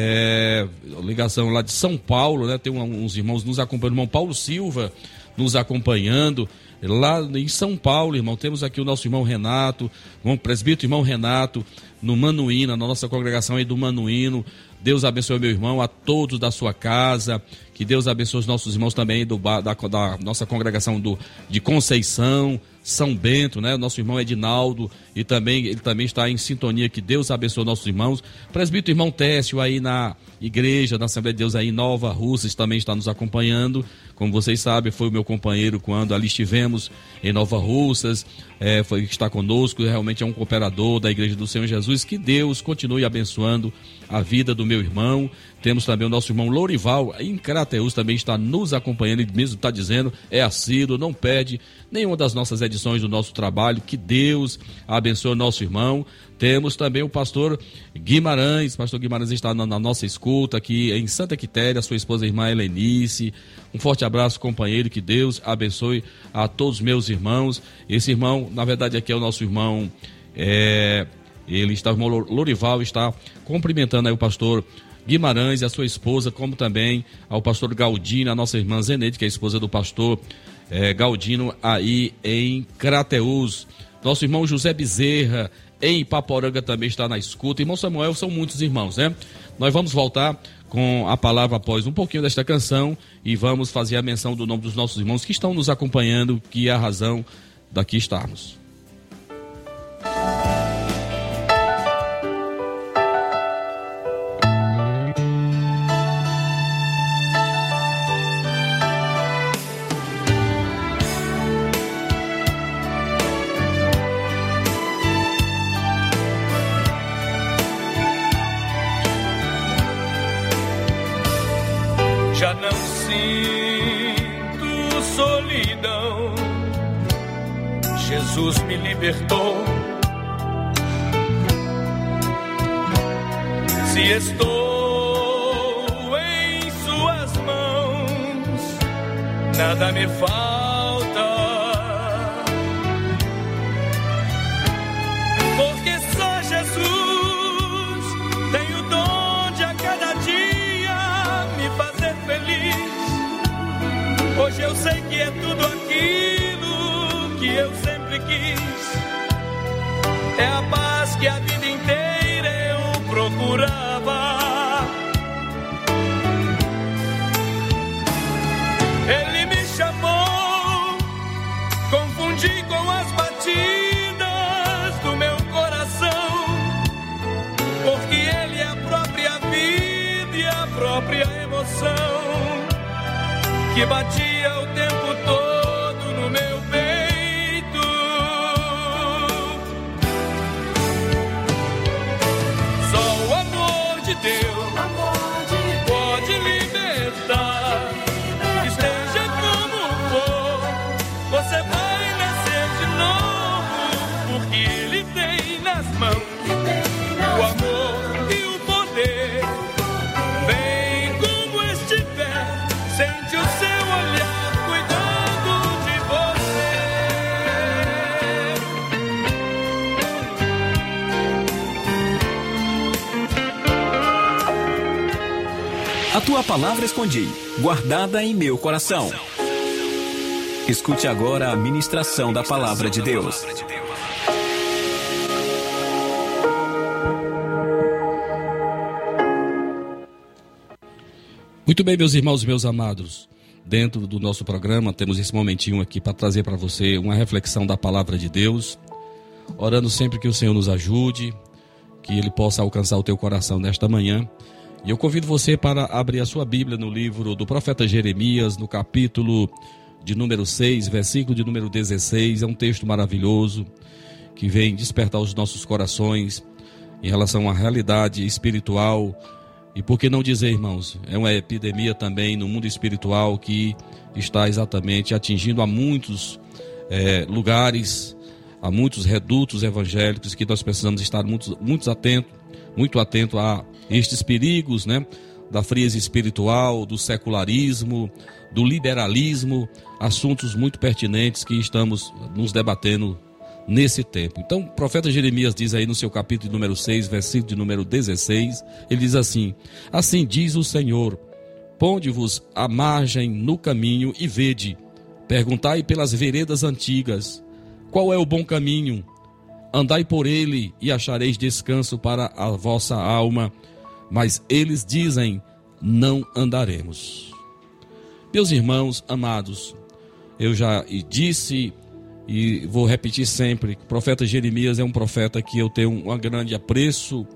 é, ligação lá de São Paulo, né? Tem uns irmãos nos acompanhando, o irmão Paulo Silva nos acompanhando. Lá em São Paulo, irmão, temos aqui o nosso irmão Renato, o presbítero irmão Renato, no Manuíno, na nossa congregação aí do Manuíno. Deus abençoe meu irmão, a todos da sua casa, que Deus abençoe os nossos irmãos também do, da, da nossa congregação do, de Conceição, São Bento, né? O nosso irmão Edinaldo, e também, ele também está em sintonia, que Deus abençoe nossos irmãos. Presbítero irmão Técio aí na igreja, na Assembleia de Deus aí em Nova Russas, também está nos acompanhando. Como vocês sabem, foi o meu companheiro quando ali estivemos em Nova Russas, é, foi, está conosco, realmente é um cooperador da Igreja do Senhor Jesus. Que Deus continue abençoando a vida do meu irmão. Temos também o nosso irmão Lourival, em Crateús, também está nos acompanhando, ele mesmo está dizendo, é assíduo, não perde nenhuma das nossas edições do nosso trabalho. Que Deus abençoe o nosso irmão. Temos também o pastor Guimarães, pastor Guimarães está na, na nossa escuta aqui em Santa Quitéria, sua esposa a irmã Helenice. Um forte abraço, companheiro, que Deus abençoe a todos os meus irmãos. Esse irmão, na verdade aqui é o nosso irmão, é, ele está, o irmão Lourival está cumprimentando aí o pastor Guimarães e a sua esposa, como também ao pastor Galdino, a nossa irmã Zeneide, que é a esposa do pastor é, Galdino, aí em Crateús. Nosso irmão José Bezerra, em Ipaporanga, também está na escuta. Irmão Samuel, são muitos irmãos, né? Nós vamos voltar com a palavra após um pouquinho desta canção e vamos fazer a menção do nome dos nossos irmãos que estão nos acompanhando, que é a razão daqui estarmos. Já não sinto solidão, Jesus me libertou. Se estou em suas mãos, nada me falta, porque só Jesus tem o dom de a cada dia me fazer feliz. Hoje eu sei que é tudo aquilo que eu sempre quis. É a paz que a vida inteira eu procurava. Ele me chamou, confundi com as batidas do meu coração, porque Ele é a própria vida e a própria emoção que batia o tempo todo no meu peito pode libertar. Esteja como for, você vai nascer de novo, porque Ele tem nas mãos o amor e o poder. Vem como estiver, sente o seu olhar cuidando de você. A tua palavra escondi, guardada em meu coração. Escute agora a ministração da palavra de Deus. Muito bem, meus irmãos, meus amados. Dentro do nosso programa, temos esse momentinho aqui para trazer para você uma reflexão da palavra de Deus, orando sempre que o Senhor nos ajude, que Ele possa alcançar o teu coração nesta manhã. E eu convido você para abrir a sua Bíblia no livro do profeta Jeremias, no capítulo de número seis, versículo de número dezesseis. É um texto maravilhoso que vem despertar os nossos corações em relação à realidade espiritual. E por que não dizer, irmãos, é uma epidemia também no mundo espiritual que está exatamente atingindo a muitos é, lugares, a muitos redutos evangélicos, que nós precisamos estar muito, muito atentos, muito atento a estes perigos, né, da frieza espiritual, do secularismo, do liberalismo, assuntos muito pertinentes que estamos nos debatendo nesse tempo. Então, o profeta Jeremias diz aí no seu capítulo número seis, versículo de número dezesseis, ele diz assim: assim diz o Senhor, ponde-vos à margem no caminho e vede, perguntai pelas veredas antigas, qual é o bom caminho? Andai por ele e achareis descanso para a vossa alma. Mas eles dizem, não andaremos. Meus irmãos amados, eu já disse e vou repetir sempre, que o profeta Jeremias é um profeta que eu tenho um grande apreço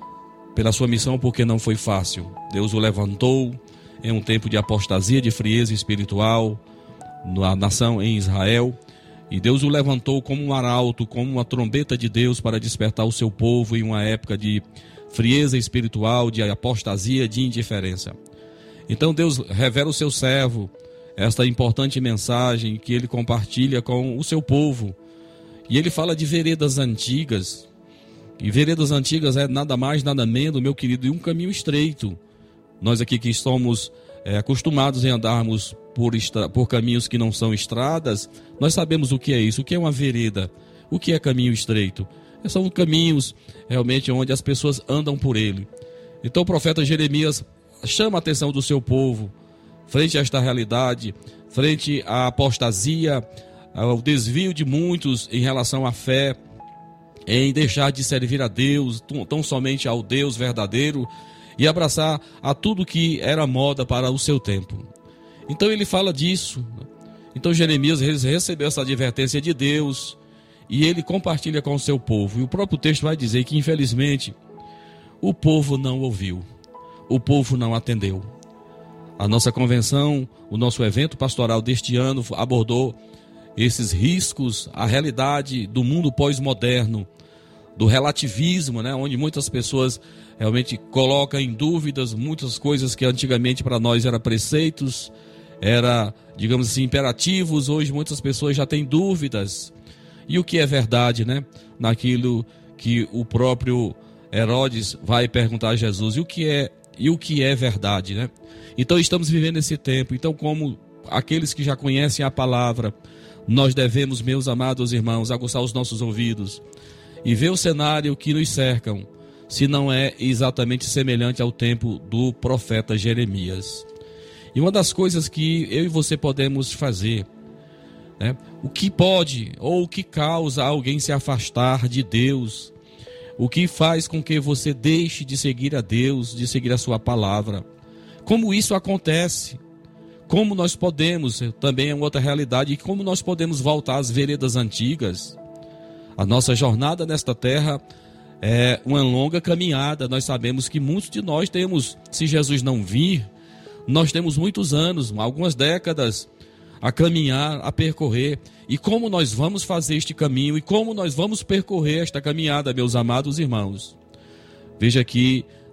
pela sua missão, porque não foi fácil. Deus o levantou em um tempo de apostasia, de frieza espiritual na nação em Israel, e Deus o levantou como um arauto, como uma trombeta de Deus para despertar o seu povo em uma época de frieza espiritual, de apostasia, de indiferença. Então Deus revela ao seu servo esta importante mensagem que ele compartilha com o seu povo. E ele fala de veredas antigas. E veredas antigas é nada mais, nada menos, meu querido, e um caminho estreito. Nós aqui que estamos é, acostumados em andarmos por, estra- por caminhos que não são estradas, nós sabemos o que é isso, o que é uma vereda, o que é caminho estreito. São caminhos realmente onde as pessoas andam por ele. Então o profeta Jeremias chama a atenção do seu povo frente a esta realidade, frente à apostasia, ao desvio de muitos em relação à fé, em deixar de servir a Deus, tão somente ao Deus verdadeiro, e abraçar a tudo que era moda para o seu tempo. Então ele fala disso. Então Jeremias recebeu essa advertência de Deus e ele compartilha com o seu povo. E o próprio texto vai dizer que, infelizmente, o povo não ouviu, o povo não atendeu. A nossa convenção, o nosso evento pastoral deste ano abordou esses riscos, a realidade do mundo pós-moderno, do relativismo, né, onde muitas pessoas realmente colocam em dúvidas muitas coisas que antigamente para nós eram preceitos, era, digamos assim, imperativos. Hoje muitas pessoas já têm dúvidas. E o que é verdade, né? Naquilo que o próprio Herodes vai perguntar a Jesus, e o que é, e o que é verdade, né? Então estamos vivendo esse tempo. Então, como aqueles que já conhecem a palavra, nós devemos, meus amados irmãos, aguçar os nossos ouvidos e ver o cenário que nos cercam, se não é exatamente semelhante ao tempo do profeta Jeremias. E uma das coisas que eu e você podemos fazer, né, o que pode ou o que causa alguém se afastar de Deus, o que faz com que você deixe de seguir a Deus, de seguir a sua palavra, como isso acontece, como nós podemos, também é uma outra realidade, e como nós podemos voltar às veredas antigas. A nossa jornada nesta terra é uma longa caminhada. Nós sabemos que muitos de nós temos, se Jesus não vir, nós temos muitos anos, algumas décadas a caminhar, a percorrer. E como nós vamos fazer este caminho e como nós vamos percorrer esta caminhada, meus amados irmãos? Veja que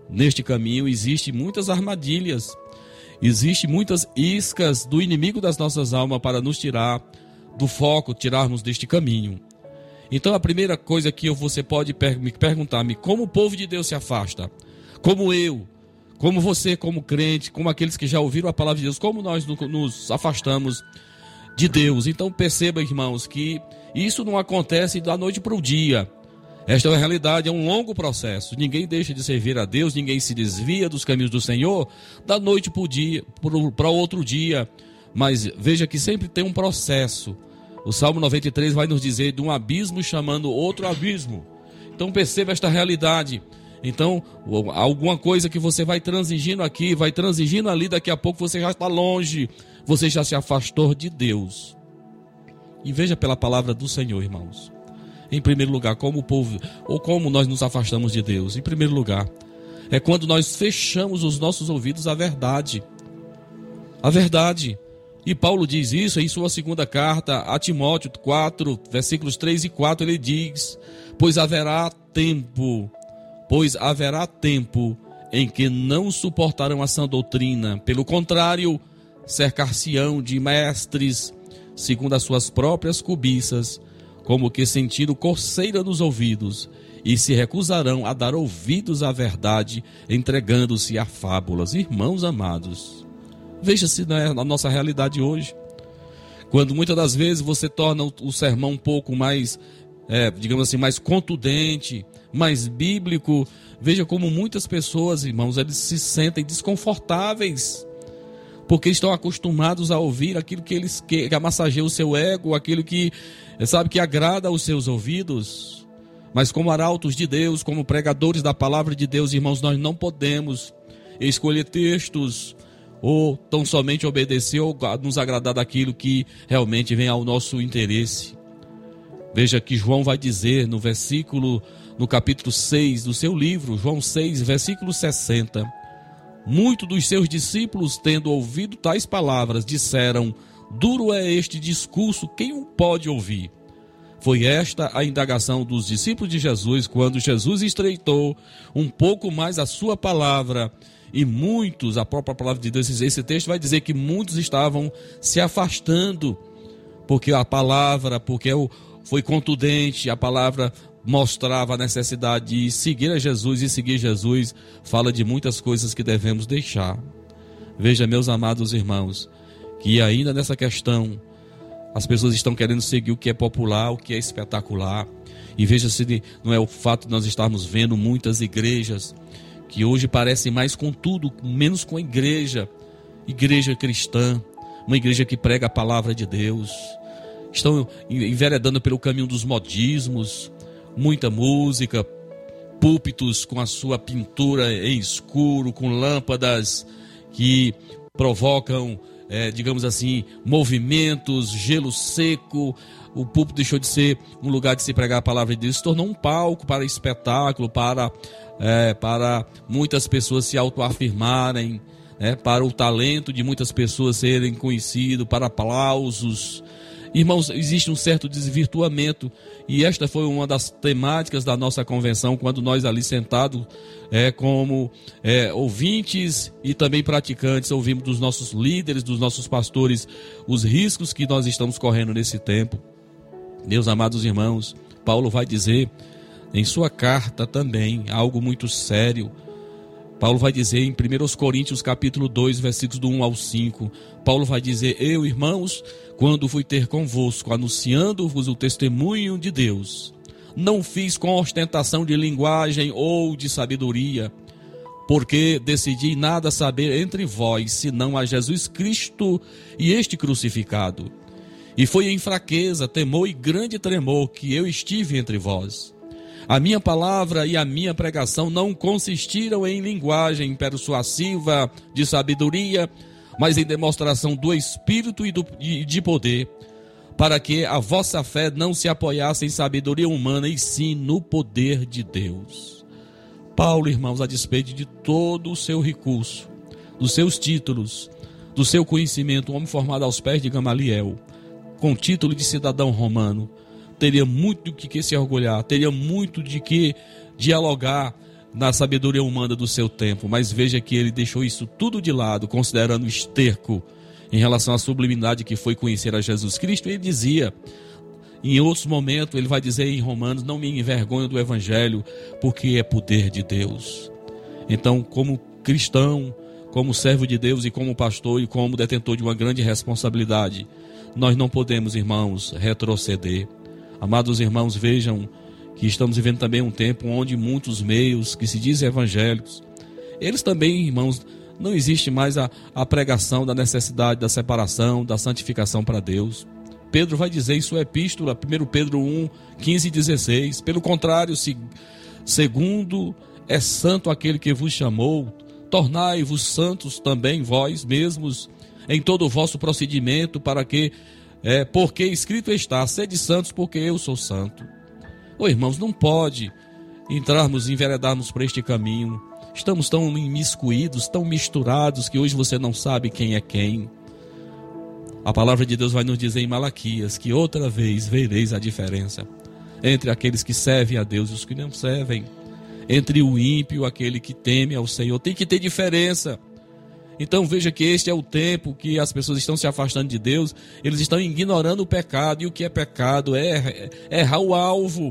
neste caminho existem muitas armadilhas, existem muitas iscas do inimigo das nossas almas para nos tirar do foco, tirarmos deste caminho. Então a primeira coisa que você pode me perguntar-me, como o povo de Deus se afasta? Como eu, como você, como crente, como aqueles que já ouviram a palavra de Deus, como nós nos afastamos de Deus? Então perceba, irmãos, que isso não acontece da noite para o dia. Esta é uma realidade, é um longo processo. Ninguém deixa de servir a Deus, ninguém se desvia dos caminhos do Senhor da noite para o dia, para outro dia. Mas veja que sempre tem um processo. O Salmo noventa e três vai nos dizer de um abismo chamando outro abismo. Então perceba esta realidade. Então, alguma coisa que você vai transigindo aqui, vai transigindo ali, daqui a pouco você já está longe, você já se afastou de Deus. E veja pela palavra do Senhor, irmãos. Em primeiro lugar, como o povo, ou como nós nos afastamos de Deus? Em primeiro lugar, é quando nós fechamos os nossos ouvidos à verdade. A verdade. E Paulo diz isso em sua segunda carta a Timóteo quatro, versículos três e quatro, ele diz: Pois haverá tempo, pois haverá tempo em que não suportarão a sã doutrina. Pelo contrário, cercar-se-ão de mestres, segundo as suas próprias cobiças, como que sentindo coceira nos ouvidos, e se recusarão a dar ouvidos à verdade, entregando-se a fábulas. Irmãos amados, veja se não é a nossa realidade hoje. Quando muitas das vezes você torna o sermão um pouco mais, é, digamos assim, mais contundente, mais bíblico, veja como muitas pessoas, irmãos, eles se sentem desconfortáveis, porque estão acostumados a ouvir aquilo que eles que, que massageia o seu ego, aquilo que, sabe, que agrada aos seus ouvidos. Mas como arautos de Deus, como pregadores da palavra de Deus, irmãos, nós não podemos escolher textos ou tão somente obedecer ou nos agradar daquilo que realmente vem ao nosso interesse. Veja que João vai dizer no versículo, no capítulo seis do seu livro, João seis, versículo sessenta: Muitos dos seus discípulos, tendo ouvido tais palavras, disseram: Duro é este discurso, quem o pode ouvir? Foi esta a indagação dos discípulos de Jesus, quando Jesus estreitou um pouco mais a sua palavra, e muitos, a própria palavra de Deus, esse texto vai dizer que muitos estavam se afastando, porque a palavra, porque foi contundente, a palavra mostrava a necessidade de seguir a Jesus, e seguir Jesus fala de muitas coisas que devemos deixar. Veja, meus amados irmãos, que ainda nessa questão as pessoas estão querendo seguir o que é popular, o que é espetacular. E veja se não é o fato de nós estarmos vendo muitas igrejas que hoje parecem mais com tudo, menos com a igreja, igreja cristã, uma igreja que prega a palavra de Deus. Estão enveredando pelo caminho dos modismos, muita música, púlpitos com a sua pintura em escuro, com lâmpadas que provocam, é, digamos assim, movimentos, gelo seco. O púlpito deixou de ser um lugar de se pregar a palavra de Deus, se tornou um palco para espetáculo, para, é, para muitas pessoas se autoafirmarem, né, para o talento de muitas pessoas serem conhecidos, para aplausos. Irmãos, existe um certo desvirtuamento, e esta foi uma das temáticas da nossa convenção, quando nós ali sentados, é, como é, ouvintes e também praticantes, ouvimos dos nossos líderes, dos nossos pastores, os riscos que nós estamos correndo nesse tempo. Meus amados irmãos, Paulo vai dizer em sua carta também algo muito sério. Paulo vai dizer em primeira Coríntios capítulo dois, versículos do um ao cinco, Paulo vai dizer: Eu, irmãos, quando fui ter convosco, anunciando-vos o testemunho de Deus, não fiz com ostentação de linguagem ou de sabedoria, porque decidi nada saber entre vós, senão a Jesus Cristo e este crucificado. E foi em fraqueza, temor e grande tremor que eu estive entre vós. A minha palavra e a minha pregação não consistiram em linguagem persuasiva de sabedoria, mas em demonstração do Espírito e do, de, de poder, para que a vossa fé não se apoiasse em sabedoria humana, e sim no poder de Deus. Paulo, irmãos, a despeito de todo o seu recurso, dos seus títulos, do seu conhecimento, um homem formado aos pés de Gamaliel, com título de cidadão romano, teria muito de que se orgulhar, teria muito de que dialogar na sabedoria humana do seu tempo, mas veja que ele deixou isso tudo de lado, considerando esterco em relação à sublimidade que foi conhecer a Jesus Cristo. Ele dizia, em outros momentos, ele vai dizer em Romanos: não me envergonho do Evangelho, porque é poder de Deus. Então, como cristão, como servo de Deus e como pastor e como detentor de uma grande responsabilidade, nós não podemos, irmãos, retroceder. Amados irmãos, vejam que estamos vivendo também um tempo onde muitos meios que se dizem evangélicos, eles também, irmãos, não existe mais a, a pregação da necessidade da separação, da santificação para Deus. Pedro vai dizer em sua epístola, primeiro Pedro um, quinze e dezesseis, pelo contrário, se, segundo é santo aquele que vos chamou, tornai-vos santos também vós mesmos em todo o vosso procedimento, para que, é, porque escrito está, sede santos porque eu sou santo. Ô irmãos, não pode entrarmos e enveredarmos por este caminho. Estamos tão imiscuídos, tão misturados, que hoje você não sabe quem é quem. A palavra de Deus vai nos dizer em Malaquias que outra vez vereis a diferença entre aqueles que servem a Deus e os que não servem, entre o ímpio e aquele que teme ao Senhor. Tem que ter diferença. Então veja que este é o tempo que as pessoas estão se afastando de Deus, eles estão ignorando o pecado, e o que é pecado é errar o alvo.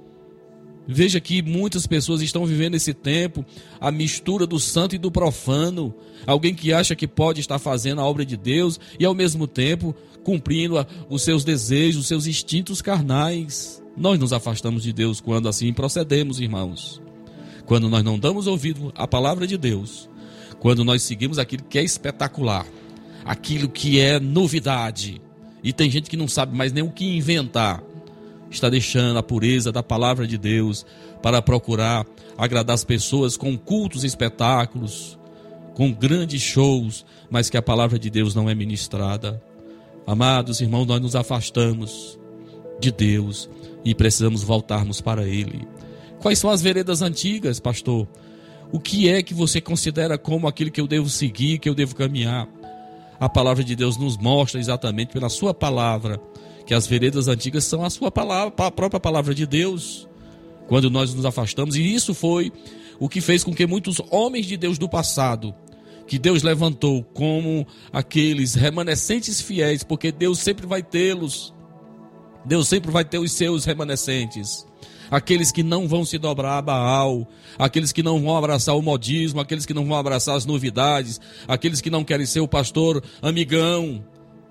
Veja que muitas pessoas estão vivendo esse tempo, a mistura do santo e do profano. Alguém que acha que pode estar fazendo a obra de Deus e ao mesmo tempo cumprindo a, os seus desejos, os seus instintos carnais. Nós nos afastamos de Deus quando assim procedemos, irmãos. Quando nós não damos ouvido à palavra de Deus, quando nós seguimos aquilo que é espetacular, aquilo que é novidade, e tem gente que não sabe mais nem o que inventar, está deixando a pureza da palavra de Deus para procurar agradar as pessoas com cultos e espetáculos, com grandes shows, mas que a palavra de Deus não é ministrada. Amados irmãos, nós nos afastamos de Deus e precisamos voltarmos para Ele. Quais são as veredas antigas, pastor? O que é que você considera como aquilo que eu devo seguir, que eu devo caminhar? A palavra de Deus nos mostra exatamente pela sua palavra que as veredas antigas são a sua palavra, a própria palavra de Deus. Quando nós nos afastamos, e isso foi o que fez com que muitos homens de Deus do passado, que Deus levantou como aqueles remanescentes fiéis, porque Deus sempre vai tê-los, Deus sempre vai ter os seus remanescentes, aqueles que não vão se dobrar a Baal, aqueles que não vão abraçar o modismo, aqueles que não vão abraçar as novidades, aqueles que não querem ser o pastor amigão,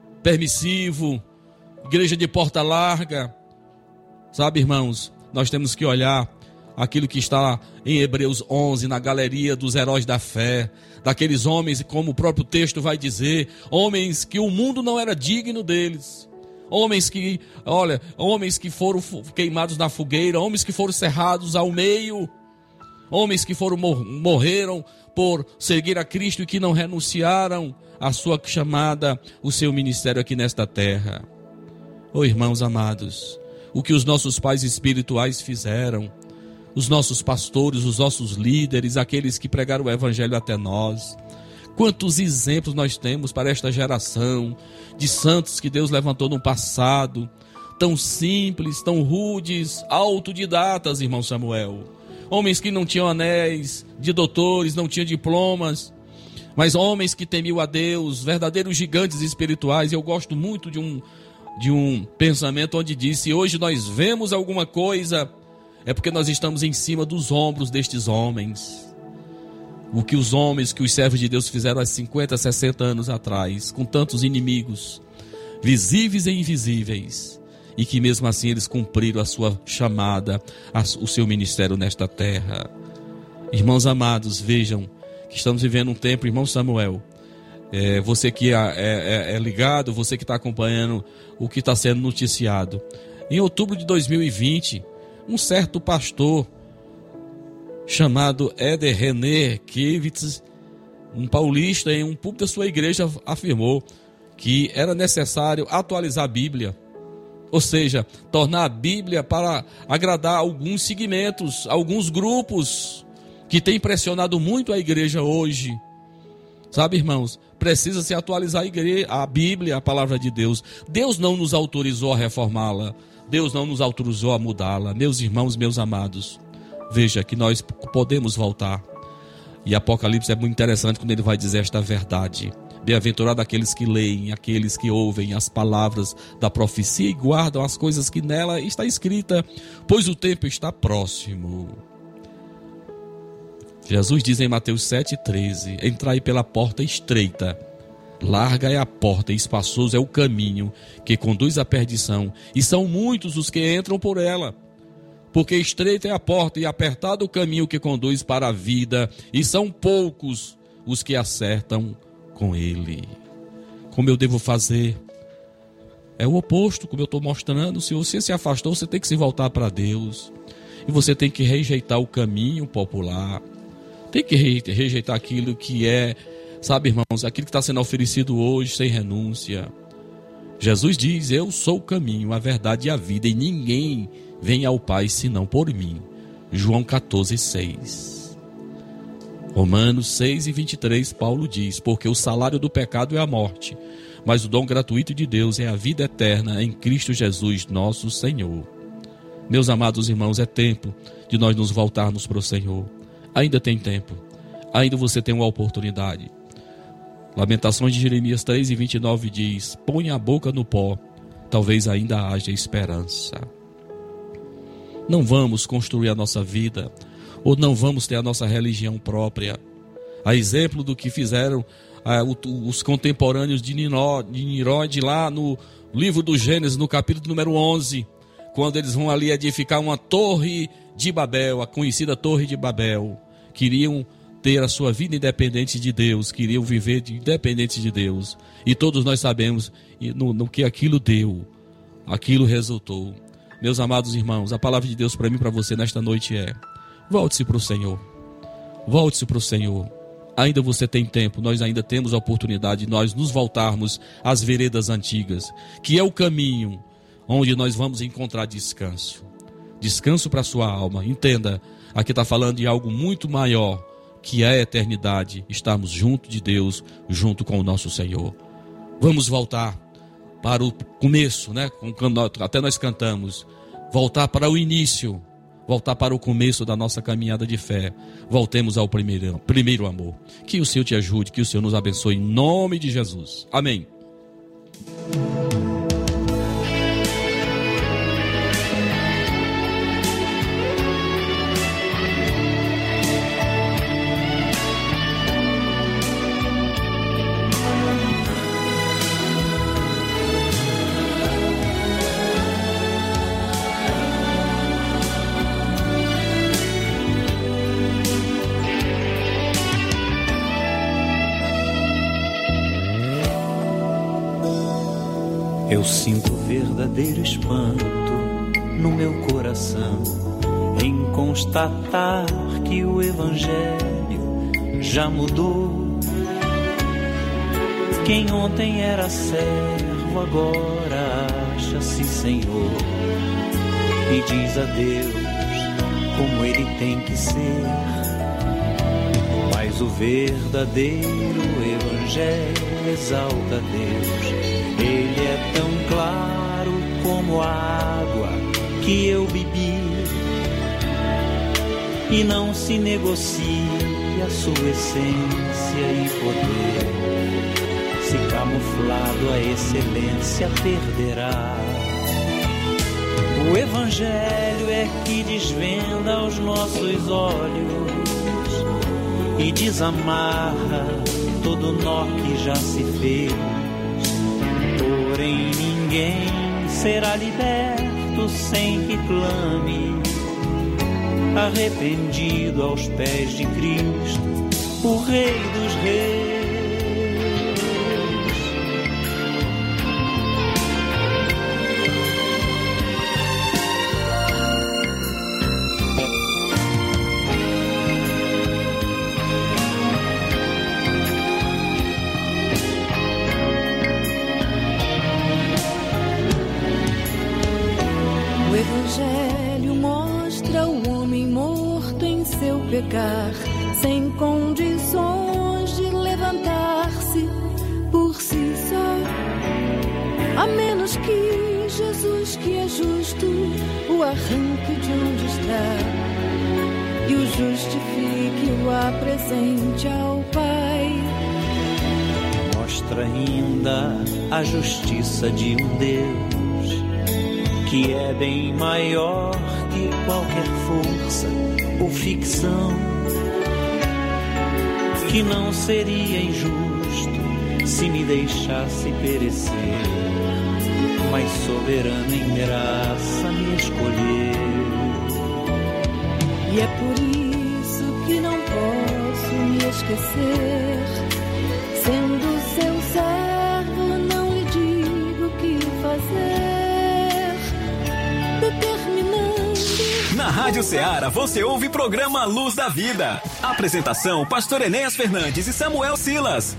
permissivo, igreja de porta larga. Sabe, irmãos, nós temos que olhar aquilo que está em Hebreus onze, na galeria dos heróis da fé, daqueles homens, como o próprio texto vai dizer, homens que o mundo não era digno deles, homens que, olha, homens que foram queimados na fogueira, homens que foram cerrados ao meio, homens que foram morreram por seguir a Cristo e que não renunciaram à sua chamada, o seu ministério aqui nesta terra. Oh, irmãos amados, o que os nossos pais espirituais fizeram, os nossos pastores, os nossos líderes, aqueles que pregaram o evangelho até nós, quantos exemplos nós temos para esta geração de santos que Deus levantou no passado, tão simples, tão rudes, autodidatas, irmão Samuel, homens que não tinham anéis de doutores, não tinham diplomas, mas homens que temiam a Deus, verdadeiros gigantes espirituais. Eu gosto muito de um de um pensamento onde diz: se hoje nós vemos alguma coisa, é porque nós estamos em cima dos ombros destes homens. O que os homens, que os servos de Deus fizeram há cinquenta, sessenta anos atrás, com tantos inimigos, visíveis e invisíveis, e que mesmo assim eles cumpriram a sua chamada, o seu ministério nesta terra. Irmãos amados, vejam que estamos vivendo um tempo, irmão Samuel, É, você que é, é, é ligado, você que está acompanhando o que está sendo noticiado. Em outubro de dois mil e vinte, um certo pastor chamado Éder René Kivitz, um paulista, em um púlpito da sua igreja, afirmou que era necessário atualizar a Bíblia, ou seja, tornar a Bíblia para agradar alguns segmentos, alguns grupos que têm pressionado muito a igreja hoje. Sabe, irmãos, precisa se atualizar a, igreja, a Bíblia, a palavra de Deus. Deus não nos autorizou a reformá-la. Deus não nos autorizou a mudá-la. Meus irmãos, meus amados, Veja que nós podemos voltar. E Apocalipse é muito interessante quando ele vai dizer esta verdade. Bem-aventurado aqueles que leem, aqueles que ouvem as palavras da profecia e guardam as coisas que nela está escrita, pois o tempo está próximo. Jesus diz em Mateus sete, treze, entrai pela porta estreita, larga é a porta e espaçoso é o caminho que conduz à perdição, e são muitos os que entram por ela. Porque estreita é a porta e apertado o caminho que conduz para a vida, e são poucos os que acertam com ele. Como eu devo fazer? É o oposto, como eu estou mostrando. Se você se afastou, você tem que se voltar para Deus. E você tem que rejeitar o caminho popular. Tem que rejeitar aquilo que é, sabe, irmãos, aquilo que está sendo oferecido hoje sem renúncia. Jesus diz, eu sou o caminho, a verdade e a vida, e ninguém vem ao Pai senão por mim. João catorze, seis. Romanos seis e vinte e três, Paulo diz, porque o salário do pecado é a morte, mas o dom gratuito de Deus é a vida eterna em Cristo Jesus, nosso Senhor. Meus amados irmãos, é tempo de nós nos voltarmos para o Senhor. Ainda tem tempo, ainda você tem uma oportunidade. Lamentações de Jeremias três e vinte e nove diz, põe a boca no pó, talvez ainda haja esperança. Não vamos construir a nossa vida, ou não vamos ter a nossa religião própria. A exemplo do que fizeram ah, os contemporâneos de Nimrod lá no livro do Gênesis, no capítulo número onze, quando eles vão ali edificar uma torre de Babel, a conhecida torre de Babel. Queriam ter a sua vida independente de Deus, queriam viver de, independente de Deus. E todos nós sabemos no, no que aquilo deu, aquilo resultou. Meus amados irmãos, a palavra de Deus para mim e para você nesta noite é: volte-se para o Senhor, volte-se para o Senhor. Ainda você tem tempo, nós ainda temos a oportunidade de nós nos voltarmos às veredas antigas, que é o caminho onde nós vamos encontrar descanso. Descanso para a sua alma. Entenda, aqui está falando de algo muito maior, que é a eternidade. Estarmos junto de Deus, junto com o nosso Senhor. Vamos voltar para o começo, né? Até nós cantamos, voltar para o início, voltar para o começo da nossa caminhada de fé. Voltemos ao primeiro, primeiro amor. Que o Senhor te ajude, que o Senhor nos abençoe em nome de Jesus. Amém. Eu sinto verdadeiro espanto no meu coração em constatar que o Evangelho já mudou. Quem ontem era servo agora acha-se Senhor e diz a Deus como ele tem que ser. Mas o verdadeiro Evangelho exalta a Deus. Ele é tão claro como a água que eu bebi, e não se negocia a sua essência e poder. Se camuflado a excelência perderá. O Evangelho é que desvenda aos nossos olhos e desamarra todo nó que já se fez. Porém ninguém será liberto sem que clame, arrependido aos pés de Cristo, o Rei dos Reis. Pecar, sem condições de levantar-se por si só, a menos que Jesus, que é justo, o arranque de onde está. justifique-o, apresente ao Pai. Mostra ainda a justiça de um Deus que é bem maior que qualquer força ou ficção, que não seria injusto se me deixasse perecer, mas soberano em graça me escolheu. E é por isso que não posso me esquecer, sendo seu servo não lhe digo o que fazer, determinando. Na Rádio Ceará você ouve o programa Luz da Vida. Apresentação, Pastor Enéas Fernandes e Samuel Silas.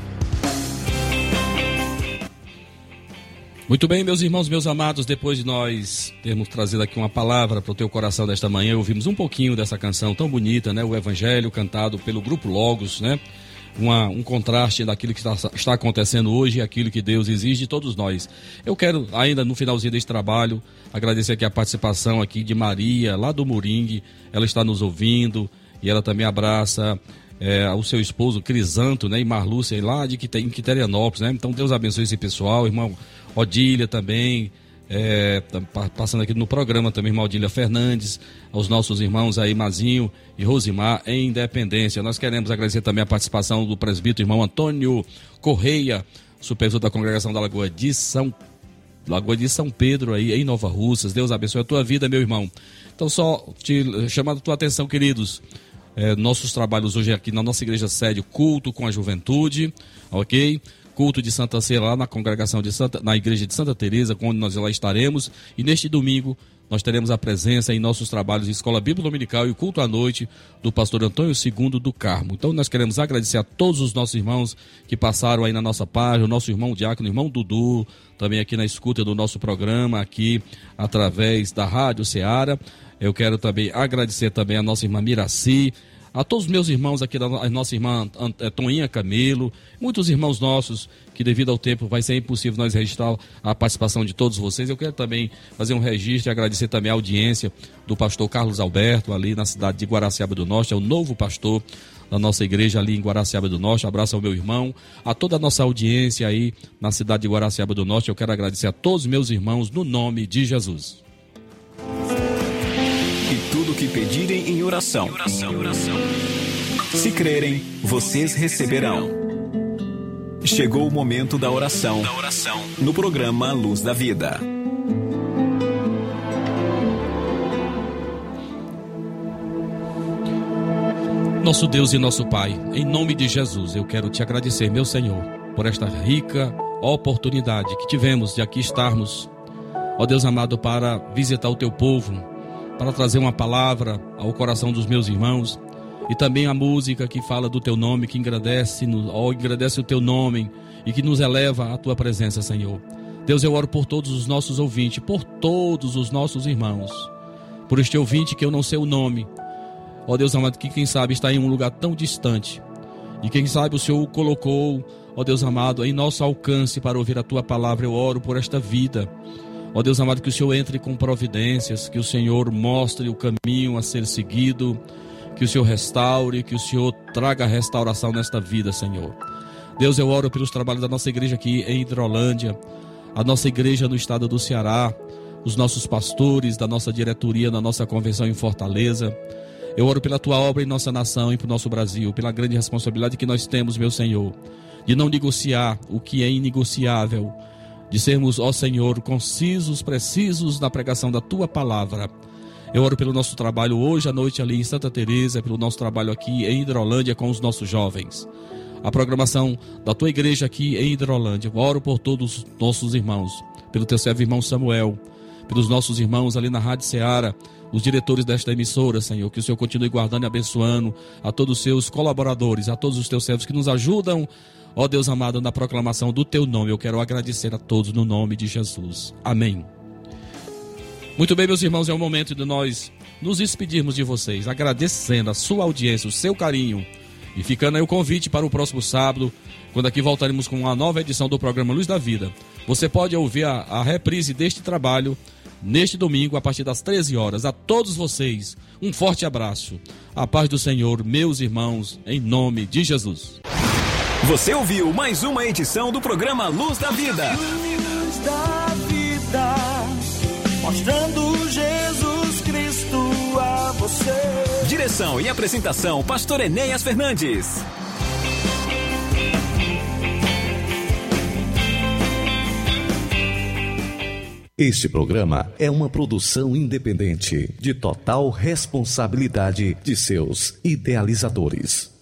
Muito bem, meus irmãos, meus amados, depois de nós termos trazido aqui uma palavra para o teu coração desta manhã, ouvimos um pouquinho dessa canção tão bonita, né? O Evangelho cantado pelo Grupo Logos, né? Uma, um contraste daquilo que está, está acontecendo hoje e aquilo que Deus exige de todos nós. Eu quero, ainda no finalzinho deste trabalho, agradecer aqui a participação aqui de Maria, lá do Moringue. Ela está nos ouvindo e ela também abraça é, o seu esposo Crisanto, né? E Marlúcia, lá de Quiterianópolis, né? Então Deus abençoe esse pessoal, irmão Odília também, é, passando aqui no programa também, irmã Odília Fernandes, aos nossos irmãos aí, Mazinho e Rosimar, em Independência. Nós queremos agradecer também a participação do presbítero irmão Antônio Correia, supervisor da congregação da Lagoa de São, Lagoa de São Pedro, aí em Nova Russas. Deus abençoe a tua vida, meu irmão. Então, só te chamando a tua atenção, queridos, é, nossos trabalhos hoje aqui na nossa igreja sede, culto com a juventude, ok? Culto de Santa Ceia lá na congregação de Santa, na igreja de Santa Teresa, onde nós lá estaremos. E neste domingo nós teremos a presença em nossos trabalhos de Escola Bíblica Dominical e culto à noite do pastor Antônio segundo do Carmo. Então nós queremos agradecer a todos os nossos irmãos que passaram aí na nossa página, o nosso irmão Diácono, o irmão Dudu, também aqui na escuta do nosso programa, aqui através da Rádio Ceará. Eu quero também agradecer também a nossa irmã Miraci, a todos os meus irmãos aqui, a nossa irmã Toninha Camelo, muitos irmãos nossos que devido ao tempo vai ser impossível nós registrar a participação de todos vocês. Eu quero também fazer um registro e agradecer também a audiência do pastor Carlos Alberto, ali na cidade de Guaraciaba do Norte, é o novo pastor da nossa igreja ali em Guaraciaba do Norte. Abraço ao meu irmão, a toda a nossa audiência aí na cidade de Guaraciaba do Norte. Eu quero agradecer a todos os meus irmãos no nome de Jesus. E tudo que pedirem em oração, oração, oração. Se crerem, vocês receberão. Chegou o momento da oração, da oração. No programa Luz da Vida. Nosso Deus e nosso Pai, em nome de Jesus, eu quero te agradecer, meu Senhor, por esta rica oportunidade que tivemos de aqui estarmos, ó Deus amado, para visitar o teu povo, para trazer uma palavra ao coração dos meus irmãos, e também a música que fala do teu nome, que engrandece, ó, engrandece o teu nome e que nos eleva à tua presença, Senhor. Deus, eu oro por todos os nossos ouvintes, por todos os nossos irmãos, por este ouvinte que eu não sei o nome, ó Deus amado, que quem sabe está em um lugar tão distante, e quem sabe o Senhor o colocou, ó Deus amado, em nosso alcance para ouvir a tua palavra. Eu oro por esta vida, ó Deus amado, que o Senhor entre com providências, que o Senhor mostre o caminho a ser seguido, que o Senhor restaure, que o Senhor traga restauração nesta vida, Senhor. Deus, eu oro pelos trabalhos da nossa igreja aqui em Hidrolândia, a nossa igreja no estado do Ceará, os nossos pastores, da nossa diretoria, na nossa convenção em Fortaleza. Eu oro pela tua obra em nossa nação e para o nosso Brasil, pela grande responsabilidade que nós temos, meu Senhor, de não negociar o que é inegociável, de sermos, ó Senhor, concisos, precisos na pregação da tua palavra. Eu oro pelo nosso trabalho hoje à noite ali em Santa Teresa, pelo nosso trabalho aqui em Hidrolândia com os nossos jovens. A programação da tua igreja aqui em Hidrolândia. Eu oro por todos os nossos irmãos, pelo teu servo irmão Samuel, pelos nossos irmãos ali na Rádio Ceará, os diretores desta emissora, Senhor, que o Senhor continue guardando e abençoando a todos os seus colaboradores, a todos os teus servos que nos ajudam, ó Deus amado, na proclamação do teu nome. Eu quero agradecer a todos no nome de Jesus. Amém. Muito bem, meus irmãos, é o momento de nós nos despedirmos de vocês, agradecendo a sua audiência, o seu carinho, e ficando aí o convite para o próximo sábado, quando aqui voltaremos com uma nova edição do programa Luz da Vida. Você pode ouvir a, a reprise deste trabalho neste domingo, a partir das treze horas. A todos vocês, um forte abraço. A paz do Senhor, meus irmãos, em nome de Jesus. Você ouviu mais uma edição do programa Luz da Vida. Luz da vida, mostrando Jesus Cristo a você. Direção e apresentação, Pastor Enéas Fernandes. Este programa é uma produção independente, de total responsabilidade de seus idealizadores.